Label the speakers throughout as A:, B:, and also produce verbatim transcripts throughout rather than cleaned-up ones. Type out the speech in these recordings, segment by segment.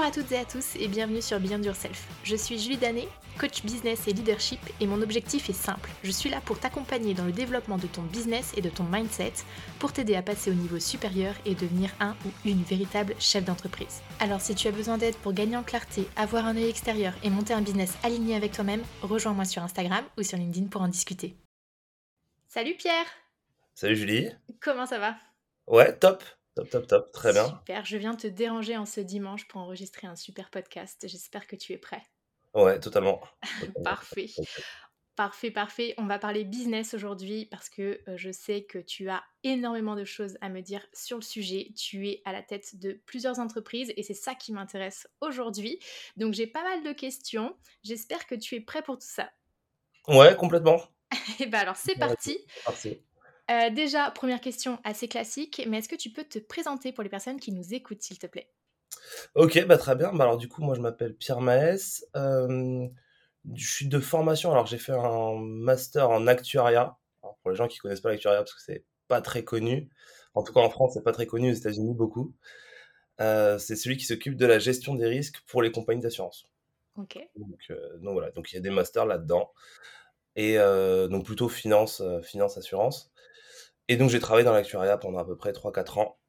A: à toutes et à tous et bienvenue sur Beyond Yourself. Je suis Julie Danet, coach business et leadership et mon objectif est simple. Je suis là pour t'accompagner dans le développement de ton business et de ton mindset pour t'aider à passer au niveau supérieur et devenir un ou une véritable chef d'entreprise. Alors si tu as besoin d'aide pour gagner en clarté, avoir un œil extérieur et monter un business aligné avec toi-même, rejoins-moi sur Instagram ou sur LinkedIn pour en discuter. Salut Pierre!
B: Salut Julie.
A: Comment ça va?
B: Ouais, top, top, top, top, très bien.
A: Super, je viens te déranger en ce dimanche pour enregistrer un super podcast. J'espère que tu es prêt.
B: Ouais, totalement. totalement.
A: Parfait. Parfait, parfait. On va parler business aujourd'hui parce que euh, je sais que tu as énormément de choses à me dire sur le sujet. Tu es à la tête de plusieurs entreprises et c'est ça qui m'intéresse aujourd'hui. Donc j'ai pas mal de questions. J'espère que tu es prêt pour tout ça.
B: Ouais, complètement.
A: Et ben alors c'est
B: Ouais,
A: parti.
B: c'est parti.
A: Euh, déjà, première question assez classique, mais est-ce que tu peux te présenter pour les personnes qui nous écoutent, s'il te plaît?
B: Ok, bah très bien. Bah alors du coup, moi je m'appelle Pierre Maes. Euh, je suis de formation. Alors j'ai fait un master en actuariat. Alors, pour les gens qui connaissent pas l'actuariat, parce que c'est pas très connu. En tout cas en France, c'est pas très connu. Aux États-Unis, beaucoup. Euh, c'est celui qui s'occupe de la gestion des risques pour les compagnies d'assurance.
A: Ok.
B: Donc, euh, donc voilà. Donc il y a des masters là-dedans. Et euh, donc plutôt finance, euh, finance, assurance. Et donc j'ai travaillé dans l'actuariat pendant à peu près trois quatre ans,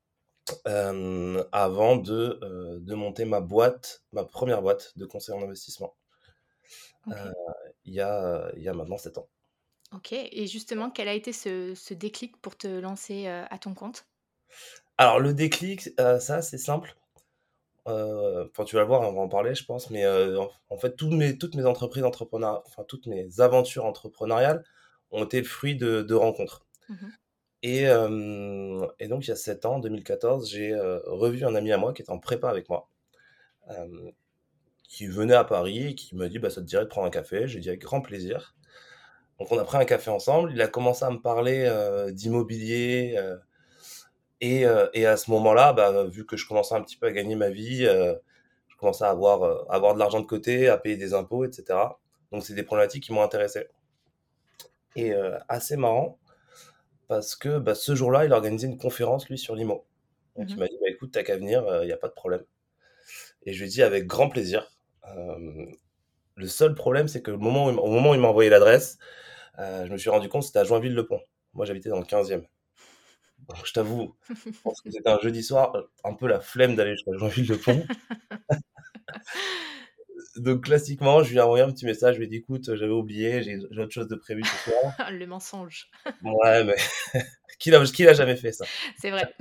B: euh, avant de, euh, de monter ma boîte, ma première boîte de conseil en investissement,
A: Ok.
B: euh, il y a, il y a maintenant sept ans.
A: Ok. Et justement, quel a été ce, ce déclic pour te lancer euh, à ton compte?
B: Alors le déclic, euh, ça c'est simple. Euh, Enfin tu vas le voir, on va en parler je pense, mais euh, en, en fait toutes mes, toutes mes entreprises entrepreneuriales, enfin toutes mes aventures entrepreneuriales ont été le fruit de, de rencontres.
A: Mhm.
B: Et, euh, et donc il y a sept ans, en deux mille quatorze, j'ai euh, revu un ami à moi qui était en prépa avec moi, euh, qui venait à Paris et qui m'a dit bah, ça te dirait de prendre un café. J'ai dit avec grand plaisir. Donc on a pris un café ensemble. Il a commencé à me parler euh, d'immobilier. Euh, et, euh, et à ce moment-là, bah, vu que je commençais un petit peu à gagner ma vie, euh, je commençais à avoir, euh, à avoir de l'argent de côté, à payer des impôts, et cetera. Donc c'est des problématiques qui m'ont intéressé. Et euh, assez marrant parce que bah, ce jour-là, il a organisé une conférence, lui, sur l'I M O. Donc il
A: Mhm.
B: m'a dit bah, écoute, t'as qu'à venir, il n'y a pas de problème. Et je lui ai dit avec grand plaisir. Euh, Le seul problème, c'est que le moment où il m'a- au moment où il m'a envoyé l'adresse, euh, je me suis rendu compte que c'était à Joinville-le-Pont. Moi, j'habitais dans le quinzième. Donc, je t'avoue, je pense que c'était un jeudi soir, euh, un peu la flemme d'aller jusqu'à Joinville-le-Pont. Donc, classiquement, je lui ai envoyé un petit message, je lui ai dit, écoute, j'avais oublié, j'ai j'ai autre chose de prévu ce soir.
A: Le mensonge.
B: Ouais, mais qui l'a qui l'a jamais fait ça?
A: C'est vrai.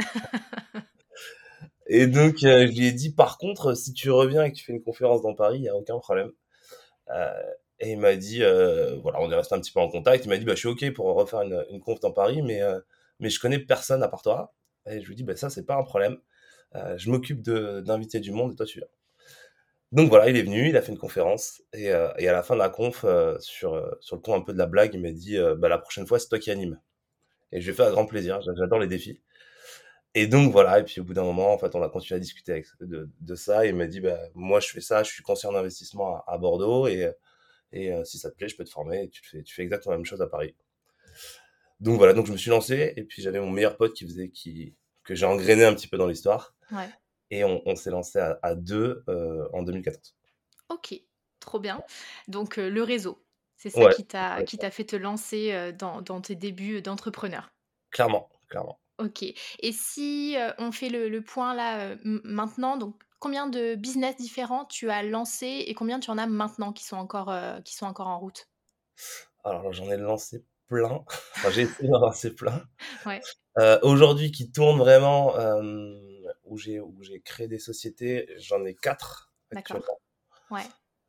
B: Et donc, euh, je lui ai dit, par contre, si tu reviens et que tu fais une conférence dans Paris, il n'y a aucun problème. Euh, et il m'a dit, euh, voilà, on est resté un petit peu en contact. Il m'a dit, bah, je suis OK pour refaire une, une conf dans Paris, mais, euh, mais je connais personne à part toi. Et je lui dis, bah, ça, c'est pas un problème. Euh, je m'occupe de, d'inviter du monde et toi, tu viens. Donc voilà, il est venu, il a fait une conférence. Et, euh, et à la fin de la conf, euh, sur, euh, sur le ton un peu de la blague, il m'a dit, euh, bah, la prochaine fois, c'est toi qui anime. Et je lui ai fait un grand plaisir. J'adore les défis. Et donc voilà, et puis au bout d'un moment, en fait, on a continué à discuter avec, de, de ça. Et il m'a dit, bah, moi, je fais ça, je suis conseiller en investissement à, à Bordeaux. Et, Et euh, si ça te plaît, je peux te former. Et tu, te fais, tu fais exactement la même chose à Paris. Donc voilà, donc je me suis lancé. Et puis j'avais mon meilleur pote qui faisait, qui, que j'ai engrainé un petit peu dans l'histoire.
A: Ouais.
B: Et on, on s'est lancé à, à deux euh, en deux mille quatorze.
A: Ok. Trop bien. Donc euh, le réseau, c'est ça
B: Ouais,
A: qui t'a qui t'a fait te lancer euh, dans, dans tes débuts d'entrepreneur.
B: clairement, clairement.
A: Ok. Et si euh, on fait le, le point là euh, m- maintenant, donc combien de business différents tu as lancé et combien tu en as maintenant qui sont encore, euh, qui sont encore en route?
B: Alors j'en ai lancé plein. Enfin, j'ai essayé d'en lancer plein.
A: Ouais,
B: Euh, aujourd'hui, qui tourne vraiment, euh, où j'ai où j'ai créé des sociétés, j'en ai quatre
A: d'accord.
B: actuellement.
A: Ouais.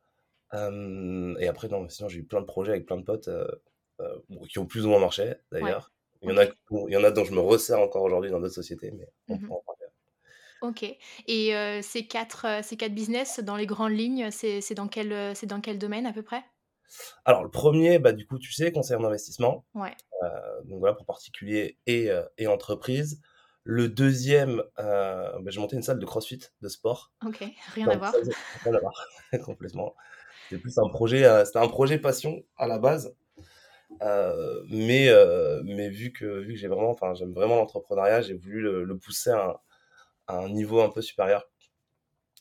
B: Euh, et après, non, sinon j'ai eu plein de projets avec plein de potes euh, euh, bon, qui ont plus ou moins marché
A: Ouais.
B: d'ailleurs. Il y en a,
A: Ok.
B: il y en a dont je me resserre encore aujourd'hui dans d'autres sociétés, mais on
A: Mhm.
B: pourra en parler.
A: Ok. Et euh, ces quatre, euh, ces quatre business, dans les grandes lignes, c'est c'est dans quel, euh, c'est dans quel domaine à peu près?
B: Alors le premier, bah, du coup, tu sais, conseiller en investissement,
A: Ouais.
B: euh, donc voilà, pour particuliers et, euh, et entreprises. Le deuxième, euh, bah, j'ai monté une salle de CrossFit, de sport.
A: Ok. Rien à
B: Donc ça,
A: voir.
B: c'est rien à voir, complètement. C'était plus un projet, euh, c'était un projet passion à la base. Euh, mais, euh, mais vu que, vu que j'ai vraiment, enfin, j'aime vraiment l'entrepreneuriat, j'ai voulu le, le pousser à un, à un niveau un peu supérieur.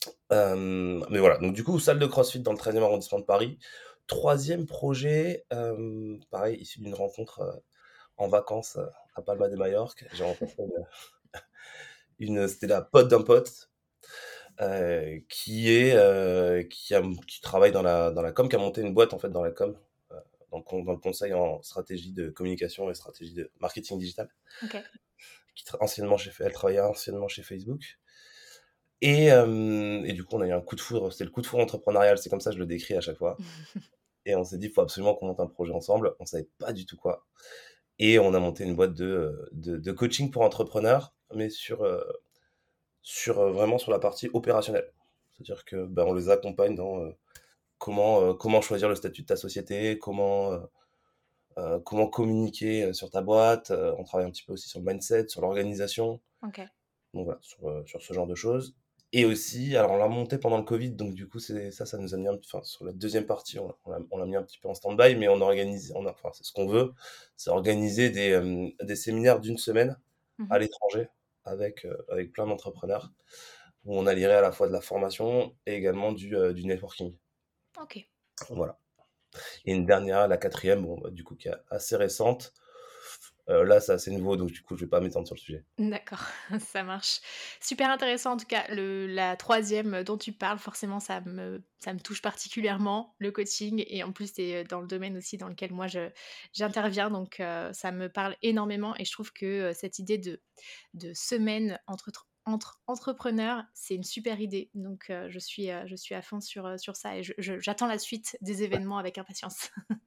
B: Hem, mais voilà, donc du coup, salle de CrossFit dans le treizième arrondissement de Paris. Troisième projet, hem, pareil, issu d'une rencontre, heu, en vacances, heu, à Palma de Majorque. J'ai rencontré une une c'était la pote d'un pote, heu, qui est, heu, qui a qui travaille dans la dans la com, qui a monté une boîte, en fait, dans la com, heu, dans le con dans le conseil en stratégie de communication et stratégie de marketing digital,
A: OK.
B: qui tra anciennement chez elle travaillait anciennement chez Facebook. Et hem et du coup, on a eu un coup de foudre, c'était le coup de foudre entrepreneurial, c'est comme ça que je le décris à chaque fois. Et on s'est dit: «Il faut absolument qu'on monte un projet ensemble». On savait pas du tout quoi, et on a monté une boîte de, heu, de de coaching pour entrepreneurs, mais sur, heu, sur, heu, vraiment sur la partie opérationnelle. C'est-à-dire que, bah, on les accompagne dans, heu, comment, heu, comment choisir le statut de ta société, comment, heu heu, comment communiquer, heu, sur ta boîte, heu, on travaille un petit peu aussi sur le mindset, sur l'organisation.
A: OK.
B: Donc voilà, sur, heu, sur ce genre de choses. Et aussi, alors on l'a monté pendant le covid, donc du coup, c'est ça, ça nous a mis un enfin, sur la deuxième partie, on l'a on l'a on l'a mis un petit peu en stand-by, mais on organise on a enfin, c'est ce qu'on veut, c'est organiser des, hem, des séminaires d'une semaine à
A: Mmh.
B: l'étranger avec, heu, avec plein d'entrepreneurs, où on allierait à la fois de la formation et également du, heu, du networking.
A: OK.
B: Voilà. Et une dernière, la quatrième, bon, bah, du coup, qui est assez récente. Heu, là, c'est assez nouveau, donc du coup, je vais pas m'étendre sur le sujet.
A: D'accord, ça marche. Super intéressant en tout cas, le la troisième dont tu parles, forcément ça me ça me touche particulièrement, le coaching et en plus tu es dans le domaine aussi dans lequel moi je j'interviens donc heu, ça me parle énormément et je trouve que, heu, cette idée de de semaine entre tr entre entrepreneurs, c'est une super idée donc heu, je suis, heu, je suis à fond sur, heu, sur ça et je je j'attends la suite des événements avec impatience.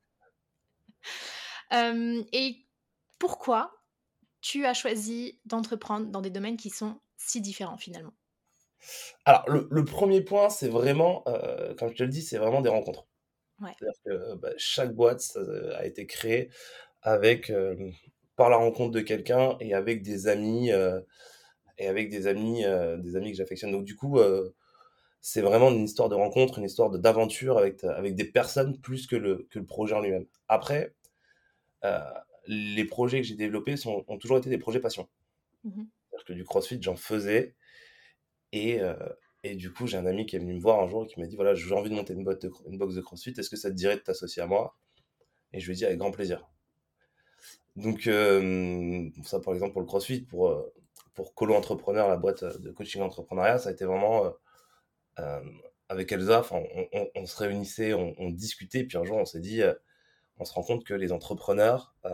A: Hem et pourquoi tu as choisi d'entreprendre dans des domaines qui sont si différents finalement?
B: Alors le le premier point, c'est vraiment, heu, comme je te le dis, c'est vraiment des rencontres.
A: Ouais,
B: C'est-à-dire que, bah, chaque boîte, ça a été créée avec, hem, par la rencontre de quelqu'un et avec des amis, heu et avec des amis, heu, des amis que j'affectionne. Donc du coup, heu, c'est vraiment une histoire de rencontre, une histoire de d'aventure avec ta avec des personnes plus que le que le projet en lui-même. Après, heu, les projets que j'ai développés sont ont toujours été des projets passion.
A: mmh mh.
B: C'est-à-dire que du CrossFit, j'en faisais. Et heu et du coup, j'ai un ami qui est venu me voir un jour et qui m'a dit: «Voilà, j'ai envie de monter une boîte de cro une box de CrossFit, est-ce que ça te dirait de t'associer à moi?» Et je lui ai dit: «Avec grand plaisir». Donc hem, ça, par exemple, pour le CrossFit, pour, heu, pour Colo Entrepreneur, la boîte, heu, de coaching entrepreneuriat, ça a été vraiment, heu, hem, avec Elsa, enfin, on on on se réunissait, on on discutait, puis un jour, on s'est dit, heu: «On se rend compte que les entrepreneurs, heu,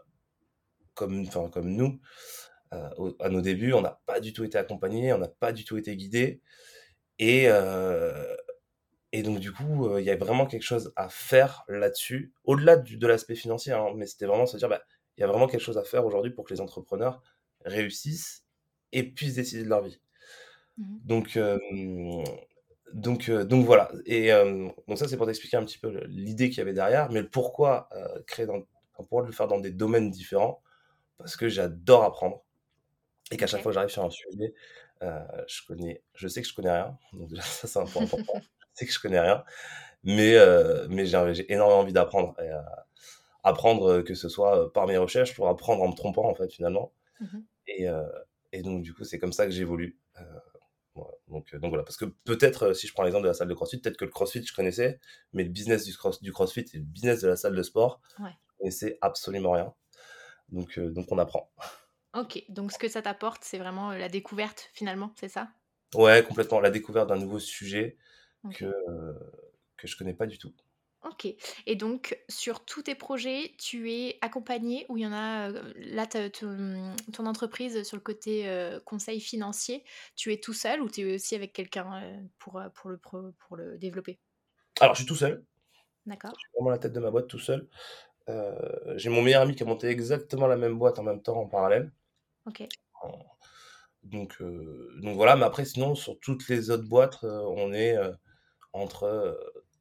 B: comme enfin, comme nous, heu, au à nos débuts, on n'a pas du tout été accompagnés, on n'a pas du tout été guidés». Et heu Et donc du coup, heu, il y a vraiment quelque chose à faire là-dessus, au-delà du de l'aspect financier, hein, mais c'était vraiment se dire: «Bah, il y a vraiment quelque chose à faire aujourd'hui pour que les entrepreneurs réussissent et puissent décider de leur vie».
A: Mmh.
B: Donc hem, donc heu, donc voilà. Et hem, donc ça, c'est pour t'expliquer un petit peu le l'idée qu'il y avait derrière, mais le pourquoi, heu, créer dans enfin, pourquoi le faire dans des domaines différents? Parce que j'adore apprendre et qu'à chaque
A: OK.
B: fois que j'arrive sur un sujet, heu, je connais je sais que je connais rien, donc déjà ça, c'est un point important. Je sais que je connais rien. Mais heu, mais j'ai j'ai énormément envie d'apprendre et heu, apprendre, heu, que ce soit, heu, par mes recherches, pour apprendre en me trompant, en fait, finalement.
A: Mmh mh.
B: Et heu et donc du coup, c'est comme ça que j'évolue. Heu, voilà, donc heu, donc voilà. Parce que peut-être, heu, si je prends l'exemple de la salle de CrossFit, peut-être que le CrossFit, je connaissais, mais le business du cross du CrossFit et le business de la salle de sport,
A: Ouais.
B: je connaissais absolument rien. Donc heu, donc on apprend.
A: OK, donc ce que ça t'apporte, c'est vraiment, heu, la découverte finalement, c'est ça?
B: Ouais, complètement, la découverte d'un nouveau sujet que,
A: OK.
B: heu, que je connais pas du tout.
A: OK et donc sur tous tes projets, tu es accompagné ou il y en a, heu, là te ton ton entreprise sur le côté, heu, conseil financier, tu es tout seul ou tu es aussi avec quelqu'un, heu, pour, heu, pour le pro pour le développer?
B: Alors je suis tout seul,
A: D'accord.
B: je suis vraiment la tête de ma boîte tout seul. Heu, j'ai mon meilleur ami qui a monté exactement la même boîte en même temps, en parallèle.
A: OK.
B: En donc heu, donc voilà, mais après sinon sur toutes les autres boîtes, heu, on est, heu, entre, heu,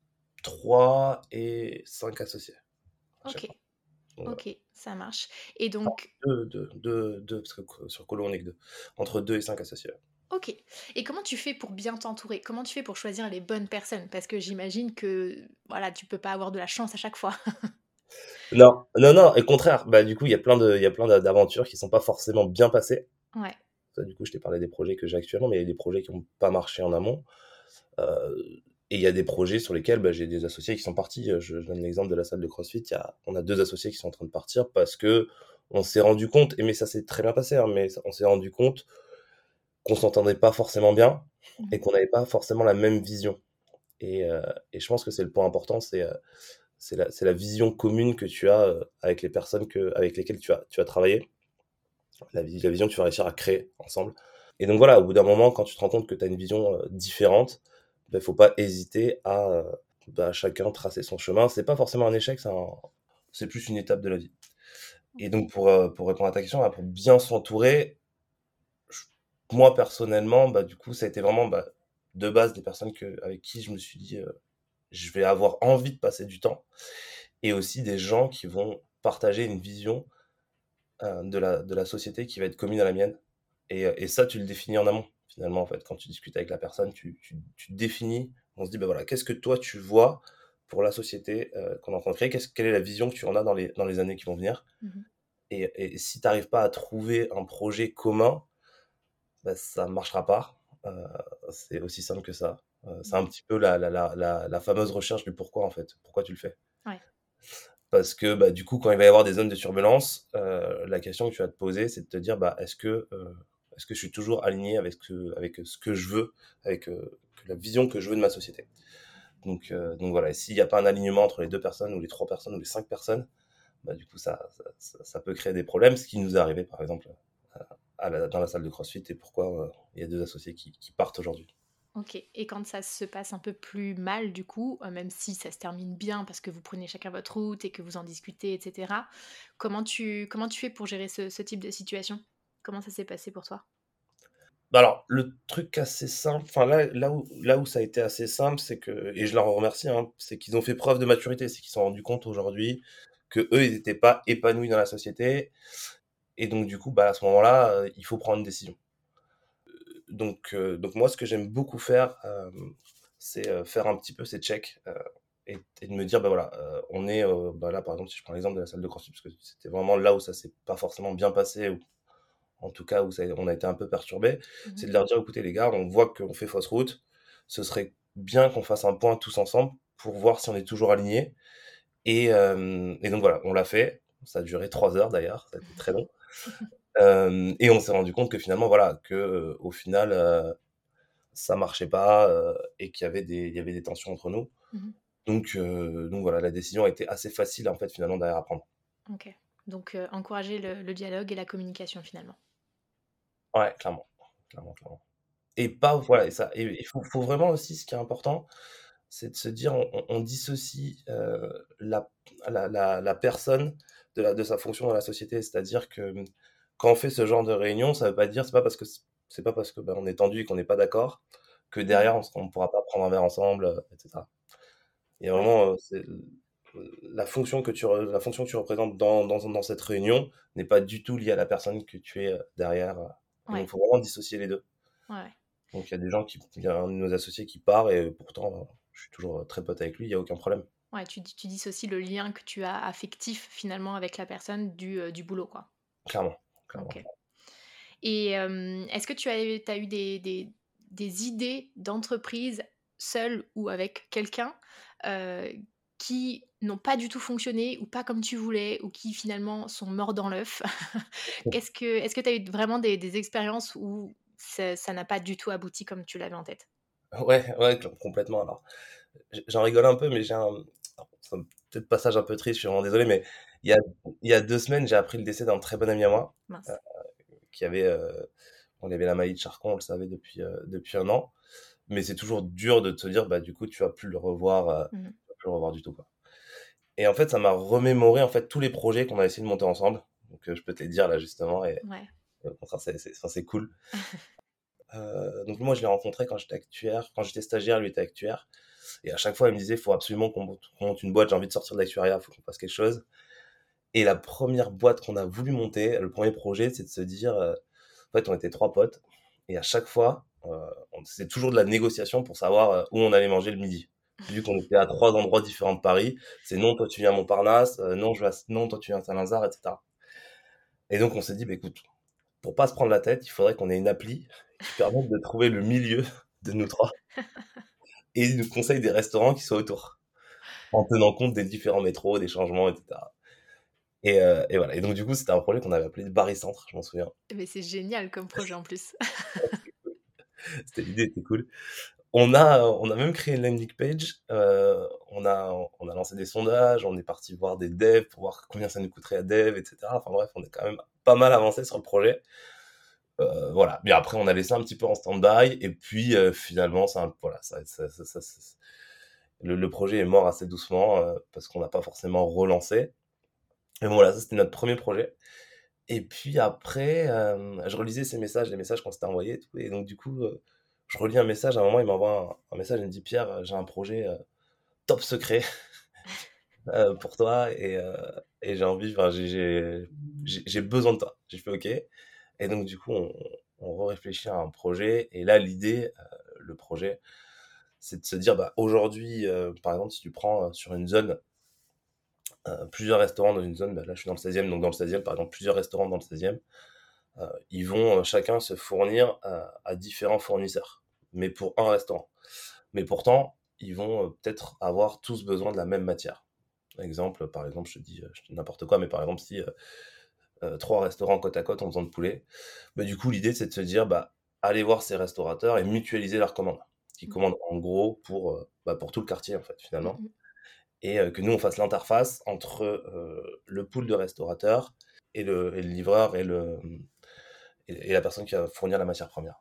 B: trois et cinq associés à chaque fois.
A: OK.
B: Donc voilà.
A: OK, ça marche et
B: Enfin
A: donc
B: deux, deux, deux, deux parce que co sur Colo on est que deux. Entre deux et cinq associés, ouais.
A: OK et comment tu fais pour bien t'entourer? Comment tu fais pour choisir les bonnes personnes? Parce que j'imagine que, voilà, tu peux pas avoir de la chance à chaque fois.
B: Non, non, non, et au contraire, bah, du coup, il y a plein de il y a plein d'a d'aventures qui sont pas forcément bien passées.
A: Ouais.
B: Ça, du coup, je t'ai parlé des projets que j'ai actuellement, mais il y a des projets qui ont pas marché en amont. Heu et il y a des projets sur lesquels, bah, j'ai des associés qui sont partis. Heu, je je donne l'exemple de la salle de CrossFit. Il y a on a deux associés qui sont en train de partir parce qu'on s'est rendu compte et mais ça s'est très bien passé, hein, mais ça on s'est rendu compte qu'on s'entendait pas forcément bien
A: Mmh.
B: et qu'on n'avait pas forcément la même vision et heu et je pense que c'est le point important, c'est, heu, c'est la c'est la vision commune que tu as, heu, avec les personnes que avec lesquelles tu as tu as travaillé, la vi la vision que tu vas réussir à créer ensemble et donc voilà, au bout d'un moment, quand tu te rends compte que tu as une vision, heu, différente, bah, il faut pas hésiter à, heu, bah, chacun tracer son chemin. C'est pas forcément un échec, c'est un c'est plus une étape de la vie et donc pour, heu, pour répondre à ta question, là, pour bien s'entourer, j moi personnellement, bah, du coup, ça a été vraiment, bah, de base des personnes que avec qui je me suis dit, heu: «Je vais avoir envie de passer du temps» et aussi des gens qui vont partager une vision, heu, de la de la société qui va être commune à la mienne et heu et ça, tu le définis en amont, finalement, en fait. Quand tu discutes avec la personne, tu tu tu définis, on se dit: «Bah, voilà, qu'est-ce que toi tu vois pour la société, heu, qu'on est en train de créer? Qu'est-ce quelle est la vision que tu en as dans les dans les années qui vont venir?»
A: Mmh.
B: et et si tu arrives pas à trouver un projet commun, bah, ça ne marchera pas. Heu, c'est aussi simple que ça. Heu, c'est un
A: OK.
B: petit peu la la la la la fameuse recherche du pourquoi, en fait. Pourquoi tu le fais?
A: Ouais.
B: Parce que, bah, du coup, quand il va y avoir des zones de turbulence, heu, la question que tu vas te poser, c'est de te dire: «Bah, est-ce que, heu, est-ce que je suis toujours aligné avec ce que avec, ce que je veux, avec, heu, la vision que je veux de ma société?» donc heu, donc voilà et s'il y a pas un alignement entre les deux personnes ou les trois personnes ou les cinq personnes, bah, du coup, ça ça ça ça peut créer des problèmes. Ce qui nous est arrivé, par exemple, heu, à la dans la salle de CrossFit et pourquoi, heu, il y a deux associés qui qui partent aujourd'hui.
A: OK, et quand ça se passe un peu plus mal du coup, heu, même si ça se termine bien parce que vous prenez chacun votre route et que vous en discutez et cetera, comment tu comment tu fais pour gérer ce ce type de situation? Comment ça s'est passé pour toi?
B: Bah, alors, le truc assez simple, enfin là là où là où ça a été assez simple, c'est que et je leur en remercie, hein, c'est qu'ils ont fait preuve de maturité. C'est qu'ils se sont rendus compte aujourd'hui qu'eux, ils étaient pas épanouis dans la société et donc du coup, bah, à ce moment-là, heu, il faut prendre une décision. Donc heu, donc moi, ce que j'aime beaucoup faire, hem, c'est, heu, faire un petit peu ces checks, heu et et de me dire: «Bah, voilà, heu, on est, heu» bah, là, par exemple, si je prends l'exemple de la salle de CrossFit, parce que c'était vraiment là où ça s'est pas forcément bien passé, ou en tout cas où ça on a été un peu perturbés,
A: Mmh.
B: c'est de leur dire: «Écoutez les gars, on voit qu'on fait fausse route. Ce serait bien qu'on fasse un point tous ensemble pour voir si on est toujours alignés» et hem et donc voilà, on l'a fait. Ça a duré trois heures d'ailleurs, ça a été très long. Hem et on s'est rendu compte que finalement voilà, que, heu, au final, heu, ça marchait pas, heu et qu'il y avait des il y avait des tensions entre nous.
A: Mmh.
B: Donc heu, donc voilà, la décision a été assez facile en fait finalement derrière à prendre.
A: OK. Donc heu, encourager le le dialogue et la communication finalement.
B: Ouais, clairement, clairement, clairement. Et pas voilà et ça et il faut faut vraiment aussi ce qui est important, c'est de se dire on on on dissocie, heu, la la la la personne de la de sa fonction dans la société. C'est-à-dire que, mmh, quand on fait ce genre de réunion, ça veut pas dire c'est pas parce que c c'est pas parce que, bah, on est tendu et qu'on n'est pas d'accord, que
A: Mmh.
B: derrière on s on pourra pas prendre un verre ensemble, heu, et cetera. Il y a
A: Ouais,
B: vraiment, heu, c'est l la fonction que tu re la fonction que tu représentes dans dans dans cette réunion n'est pas du tout liée à la personne que tu es, heu, derrière, heu, et donc
A: ouais,
B: il faut vraiment dissocier les deux.
A: ouais, ouais.
B: Donc il y a des gens qui il y a un de nos associés qui part et pourtant, heu, je suis toujours, heu, très pote avec lui, il y a aucun problème.
A: Ouais, tu dis tu dissocies le lien que tu as affectif finalement avec la personne du, heu, du boulot quoi.
B: Clairement, clairement,
A: OK.
B: clairement.
A: Et hem, est-ce que tu as eu tu eu des des des idées d'entreprise, seule ou avec quelqu'un, heu, qui n'ont pas du tout fonctionné ou pas comme tu voulais ou qui finalement sont morts dans l'œuf? Qu'est-ce que est-ce que tu as eu vraiment des des expériences où ça ça n'a pas du tout abouti comme tu l'avais en tête?
B: Ouais, ouais, cl complètement. Alors, j j'en rigole un peu, mais j'ai un alors c'est un peut-être passage un peu triste, je suis vraiment désolé, mais il y a il y a deux semaines, j'ai appris le décès d'un très bon ami à moi, heu,
A: Mince.
B: qui avait, heu, on avait la maladie de Charcot, on le savait depuis, heu, depuis un an, mais c'est toujours dur de te dire, bah, du coup, tu vas plus le revoir, heu,
A: Mmh mh.
B: tu vas plus le revoir du tout, quoi. Et en fait, ça m'a remémoré, en fait, tous les projets qu'on a essayé de monter ensemble, donc heu, je peux te les dire là, justement et
A: Ouais.
B: au contraire, c'est c'est enfin, c'est cool. Heu, donc moi, je l'ai rencontré quand j'étais actuaire. Quand j'étais stagiaire, lui était actuaire et à chaque fois, il me disait: «Faut absolument qu'on monte qu'on monte une boîte, j'ai envie de sortir de l'actuariat, faut qu'on fasse quelque chose» et la première boîte qu'on a voulu monter, le premier projet, c'est de se dire, heu en fait, on était trois potes et à chaque fois, heu, on c'était toujours de la négociation pour savoir, heu, où on allait manger le midi. Vu qu'on était à trois endroits différents de Paris, c'est: «Non, toi, tu viens à Montparnasse», heu, «Non, je vais à s non, toi, tu viens à Saint-Lazare» et cetera et donc on s'est dit: «Bah, écoute, pour pas se prendre la tête, il faudrait qu'on ait une appli qui permette de trouver le milieu de nous trois. et il nous conseille des restaurants qui sont autour, en tenant compte des différents métros, des changements, et cetera. Et, euh, et voilà. Et donc, du coup, c'était un projet qu'on avait appelé Barycentre, je m'en souviens.
A: Mais c'est génial comme projet en plus.
B: C'était l'idée, était cool. On a, on a même créé une landing page. Euh, on a, on a lancé des sondages. On est parti voir des devs pour voir combien ça nous coûterait à dev, et cetera. Enfin bref, on est quand même pas mal avancé sur le projet. Euh, voilà. Mais après, on a laissé un petit peu en stand-by. Et puis, euh, finalement, ça, voilà, ça, ça, ça, ça, ça- le, le projet est mort assez doucement euh, parce qu'on n'a pas forcément relancé. Mais bon, voilà, ça, c'était notre premier projet. Et puis après, euh, je relisais ces messages, les messages qu'on s'était envoyés et tout. Et donc, du coup, euh, je relis un message. À un moment, il m'envoie un, un message. Il me dit, Pierre, euh, j'ai un projet euh, top secret euh, pour toi et, euh, et j'ai envie, enfin, j'ai, j'ai, j'ai j'ai besoin de toi. J'ai fait OK. Et donc, du coup, on, on réfléchit à un projet. Et là, l'idée, euh, le projet, c'est de se dire, bah, aujourd'hui, euh, par exemple, si tu prends euh, sur une zone, euh, plusieurs restaurants dans une zone, bah, là, je suis dans le seizième, donc dans le seizième, par exemple, plusieurs restaurants dans le seizième, euh, ils vont euh, chacun se fournir euh, à différents fournisseurs, mais pour un restaurant. Mais pourtant, ils vont euh, peut-être avoir tous besoin de la même matière. Exemple, par exemple, je te dis, euh, je te dis n'importe quoi, mais par exemple, si euh, euh, trois restaurants côte à côte ont besoin de poulet, bah, du coup, l'idée, c'est de se dire, bah, allez voir ces restaurateurs et mutualiser leurs commandes. Qui
A: Mm,
B: commandent en gros pour, euh, bah, pour tout le quartier, en fait,
A: mm,
B: finalement.
A: mm.
B: Et euh, que nous, on fasse l'interface entre euh, le pool de restaurateurs et le, et le livreur et, le, et, et la personne qui va fournir la matière première.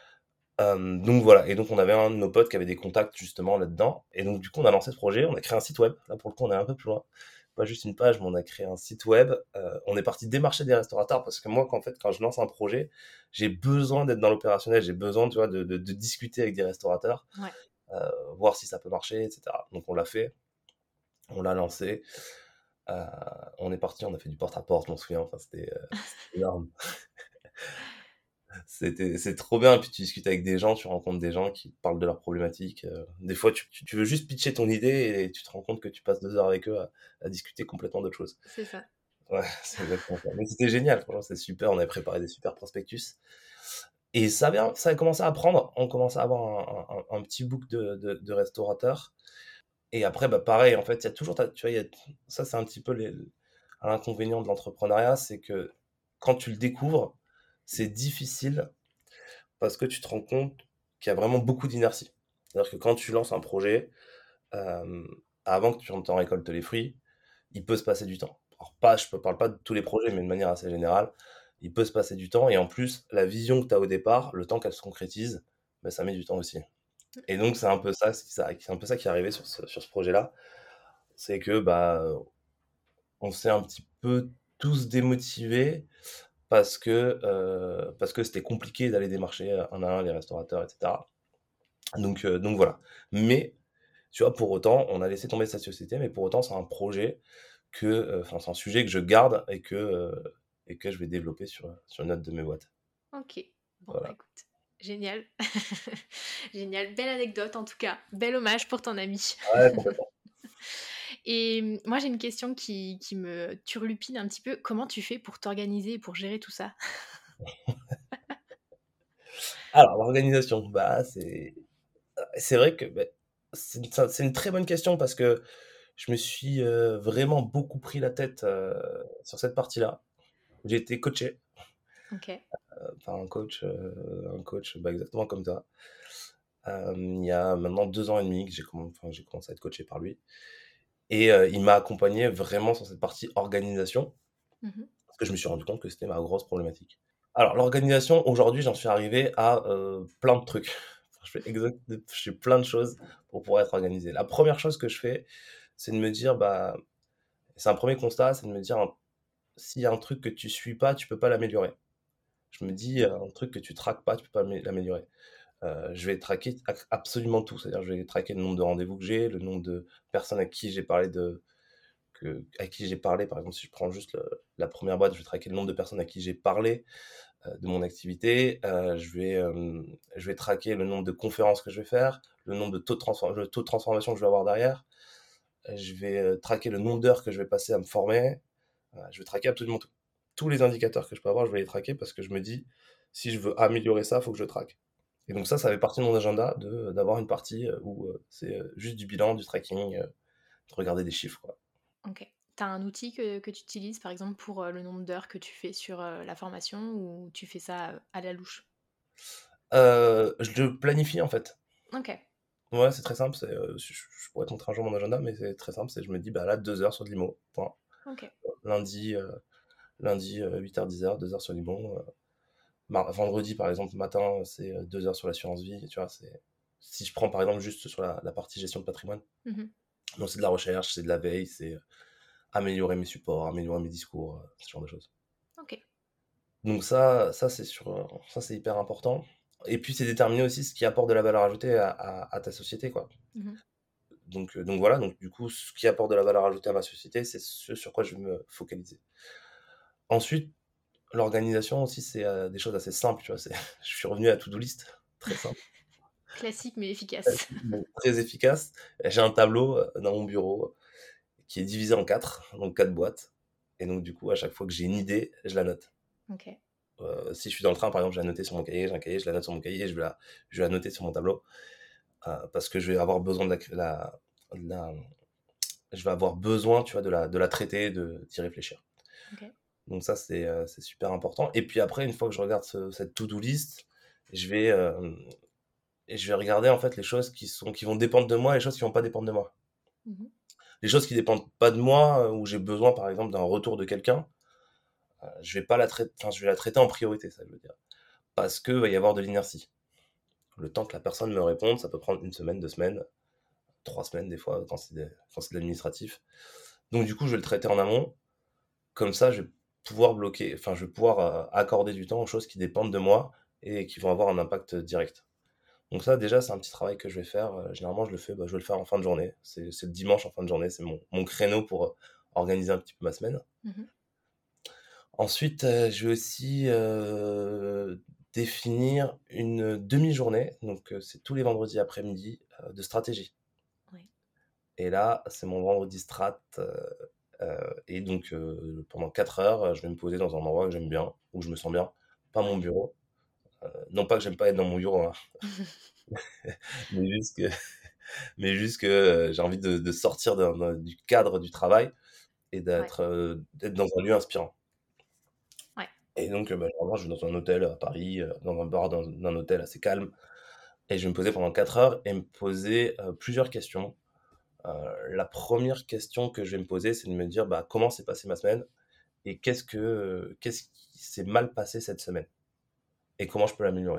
B: Euh, donc voilà, et donc on avait un de nos potes qui avait des contacts justement là-dedans, et donc du coup on a lancé ce projet, on a créé un site web, là pour le coup on est un peu plus loin, pas juste une page, mais on a créé un site web, euh, on est parti démarcher des restaurateurs, parce que moi quand, en fait, quand je lance un projet, j'ai besoin d'être dans l'opérationnel, j'ai besoin tu vois, de, de, de discuter avec des restaurateurs,
A: Ouais.
B: euh, voir si ça peut marcher, et cetera. Donc on l'a fait, on l'a lancé, euh, on est parti, on a fait du porte-à-porte, je m'en souviens, enfin c'était euh, c'était énorme. C'était, c'est trop bien, puis tu discutes avec des gens, tu rencontres des gens qui te parlent de leurs problématiques. euh, Des fois, tu, tu- tu veux juste pitcher ton idée et tu te rends compte que tu passes deux heures avec eux à, à discuter complètement d'autre chose.
A: C'est ça.
B: Ouais, c'est exactement ça. Mais c'était génial, franchement, c'était super. On avait préparé des super prospectus. Et ça a, bien, ça a commencé à prendre. On commençait à avoir un, un- un petit book de, de- de restaurateurs. Et après, bah, pareil, en fait, il y a toujours, ta- tu vois, il y a- ça, c'est un petit peu les- l'inconvénient de l'entrepreneuriat, c'est que quand tu le découvres, c'est difficile parce que tu te rends compte qu'il y a vraiment beaucoup d'inertie. C'est-à-dire que quand tu lances un projet, euh, avant que tu en t'en récoltes les fruits, il peut se passer du temps. Alors pas, je ne parle pas de tous les projets, mais de manière assez générale, il peut se passer du temps. Et en plus, la vision que tu as au départ, le temps qu'elle se concrétise, ben, ça met du temps aussi. Et donc, c'est un peu ça, c'est ça- c'est un peu ça qui est arrivé sur ce, sur ce projet-là. C'est que bah, on s'est un petit peu tous démotivés parce que, euh, parce que c'était compliqué d'aller démarcher un à un les restaurateurs, et cetera. Donc, euh, donc voilà. Mais, tu vois, pour autant, on a laissé tomber cette société, mais pour autant, c'est un projet que, euh, enfin, c'est un sujet que je garde et que, euh, et que je vais développer sur, sur une note de mes boîtes.
A: Ok. Bon, bah
B: Voilà.
A: écoute. Génial. Génial. Belle anecdote en tout cas. Bel hommage pour ton ami.
B: Ouais, complètement.
A: Et hum, moi, j'ai une question qui, qui me turlupine un petit peu. Comment tu fais pour t'organiser et pour gérer tout ça?
B: Alors, l'organisation, bah, c'est, c'est vrai que bah, c'est une, c'est une très bonne question parce que je me suis euh, vraiment beaucoup pris la tête euh, sur cette partie-là. J'ai été coaché
A: Ok.
B: euh, par un coach, euh, un coach bah, exactement comme toi. Euh, il y a maintenant deux ans et demi que j'ai comm- enfin, j'ai commencé à être coaché par lui. Et euh, il m'a accompagné vraiment sur cette partie organisation,
A: Mhm.
B: parce que je me suis rendu compte que c'était ma grosse problématique. Alors, l'organisation, aujourd'hui, j'en suis arrivé à euh, plein de trucs. Enfin, je fais exact, je fais plein de choses pour pouvoir être organisé. La première chose que je fais, c'est de me dire, bah, c'est un premier constat, c'est de me dire, hein, s'il y a un truc que tu suis pas, tu peux pas l'améliorer. Je me dis, euh, un truc que tu traques pas, tu peux pas amé- l'améliorer. Euh, je vais traquer ac- absolument tout, c'est-à-dire je vais traquer le nombre de rendez-vous que j'ai, le nombre de personnes à qui j'ai parlé de, que, à qui j'ai parlé. Par exemple, si je prends juste le- la première boîte, je vais traquer le nombre de personnes à qui j'ai parlé euh, de mon activité. Euh, je vais, euh, je vais traquer le nombre de conférences que je vais faire, le nombre de taux de, transfor- le taux de transformation que je vais avoir derrière. Euh, Je vais euh, traquer le nombre d'heures que je vais passer à me former. Euh, je vais traquer absolument tout. Tous les indicateurs que je peux avoir, je vais les traquer parce que je me dis, si je veux améliorer ça, il faut que je traque. Et donc ça, ça fait partie de mon agenda de d'avoir une partie, heu, où, heu, c'est, heu, juste du bilan, du tracking, heu, de regarder des chiffres, quoi.
A: OK. Tu as un outil que que tu utilises, par exemple, pour, heu, le nombre d'heures que tu fais sur, heu, la formation ou tu fais ça, heu, à la louche?
B: Heu, je le planifie, en fait.
A: OK.
B: Ouais, c'est très simple, c'est, heu, je je je pourrais te montrer un jour mon agenda, mais c'est très simple, c'est je me dis: «Bah, là, deux heures sur de l'I M O, point».
A: OK.
B: Lundi, heu, lundi, heu, huit heures-dix heures, deux heures sur l'I M O, heu, mar vendredi, par exemple, matin, c'est, heu, deux heures sur l'assurance vie, tu vois? C'est si je prends, par exemple, juste sur la la partie gestion de patrimoine,
A: Mmh.
B: donc c'est de la recherche, c'est de la veille, c'est, heu, améliorer mes supports, améliorer mes discours, heu, ce genre de choses.
A: OK.
B: Donc ça ça c'est sur, heu, ça c'est hyper important et puis c'est déterminer aussi ce qui apporte de la valeur ajoutée à à à ta société, quoi.
A: Mmh.
B: Donc heu, donc voilà, donc du coup, ce qui apporte de la valeur ajoutée à ma société, c'est ce sur quoi je vais me focaliser. Ensuite, l'organisation aussi, c'est, heu, des choses assez simples, tu vois? C'est je suis revenu à to do list, très simple,
A: Classique mais efficace.
B: bon, très efficace. J'ai un tableau, heu, dans mon bureau qui est divisé en quatre, donc quatre boîtes et donc du coup, à chaque fois que j'ai une idée, je la note.
A: OK.
B: Heu, si je suis dans le train, par exemple, je vais la noter sur mon cahier, j'ai un cahier, je la note sur mon cahier, je vais la je vais la noter sur mon tableau, heu, parce que je vais avoir besoin de la cré la de la je vais avoir besoin, tu vois, de la de la traiter, de d'y réfléchir.
A: OK.
B: Donc ça, c'est, heu, c'est super important et puis après, une fois que je regarde ce cette to do list, je vais, hem et je vais regarder, en fait, les choses qui sont qui vont dépendre de moi et les choses qui vont pas dépendre de moi.
A: Mmh.
B: Les choses qui dépendent pas de moi, heu, où j'ai besoin, par exemple, d'un retour de quelqu'un, heu, je vais pas la traiter enfin, je vais la traiter en priorité, ça, je veux dire. Parce qu'il va y avoir de l'inertie. Le temps que la personne me réponde, ça peut prendre une semaine, deux semaines, trois semaines des fois, quand c'est des quand c'est de l'administratif. Donc du coup, je vais le traiter en amont. Comme ça, je vais pouvoir bloquer enfin, je vais pouvoir, heu, accorder du temps aux choses qui dépendent de moi et qui vont avoir un impact, heu, direct. Donc ça, déjà, c'est un petit travail que je vais faire, heu, généralement, je le fais, bah, je vais le faire en fin de journée. C'est c'est le dimanche en fin de journée, c'est mon mon créneau pour, heu, organiser un petit peu ma semaine.
A: Mmh.
B: Ensuite, heu, je vais aussi, heu, définir une demi-journée, donc heu, c'est tous les vendredis après-midi, heu, de stratégie.
A: Ouais.
B: Et là, c'est mon vendredi strat, heu heu et donc heu, pendant quatre heures, heu, je vais me poser dans un endroit que j'aime bien, où je me sens bien, pas mon
A: Ouais.
B: bureau. Heu, non pas que j'aime pas être dans mon bureau, hein, mais juste que mais juste que, heu, j'ai envie de de sortir d'un d'un du cadre du travail et
A: Ouais.
B: d'être, heu, d'être dans un lieu inspirant.
A: Ouais.
B: Et donc heu, bah, généralement, je vais dans un hôtel à Paris, heu, dans un bar d'un d'un hôtel assez calme et je vais me poser pendant quatre heures et me poser, heu, plusieurs questions. Heu, la première question que je vais me poser, c'est de me dire: «Bah, comment s'est passée ma semaine et qu'est-ce que, heu, qu'est-ce qui s'est mal passé cette semaine et comment je peux l'améliorer?»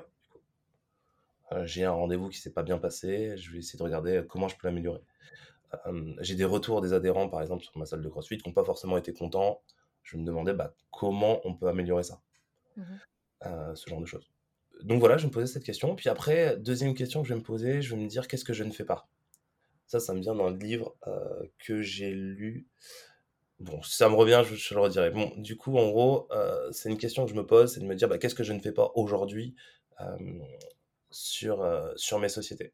B: Heu, j'ai un rendez-vous qui s'est pas bien passé, je vais essayer de regarder, heu, comment je peux l'améliorer. Hem, j'ai des retours des adhérents, par exemple, sur ma salle de CrossFit qui ont pas forcément été contents. Je vais me demander, bah, comment on peut améliorer ça?
A: Mmh.
B: Heu, ce genre de choses. Donc voilà, je vais me poser cette question. Puis après, deuxième question que je vais me poser, je vais me dire: «Qu'est-ce que je ne fais pas?» Ça, ça me vient d'un livre, heu, que j'ai lu. Bon, si ça me revient, je je le redirai. Bon, du coup, en gros, heu, c'est une question que je me pose, c'est de me dire: «Bah, qu'est-ce que je ne fais pas aujourd'hui, hem, sur, heu, sur mes sociétés?»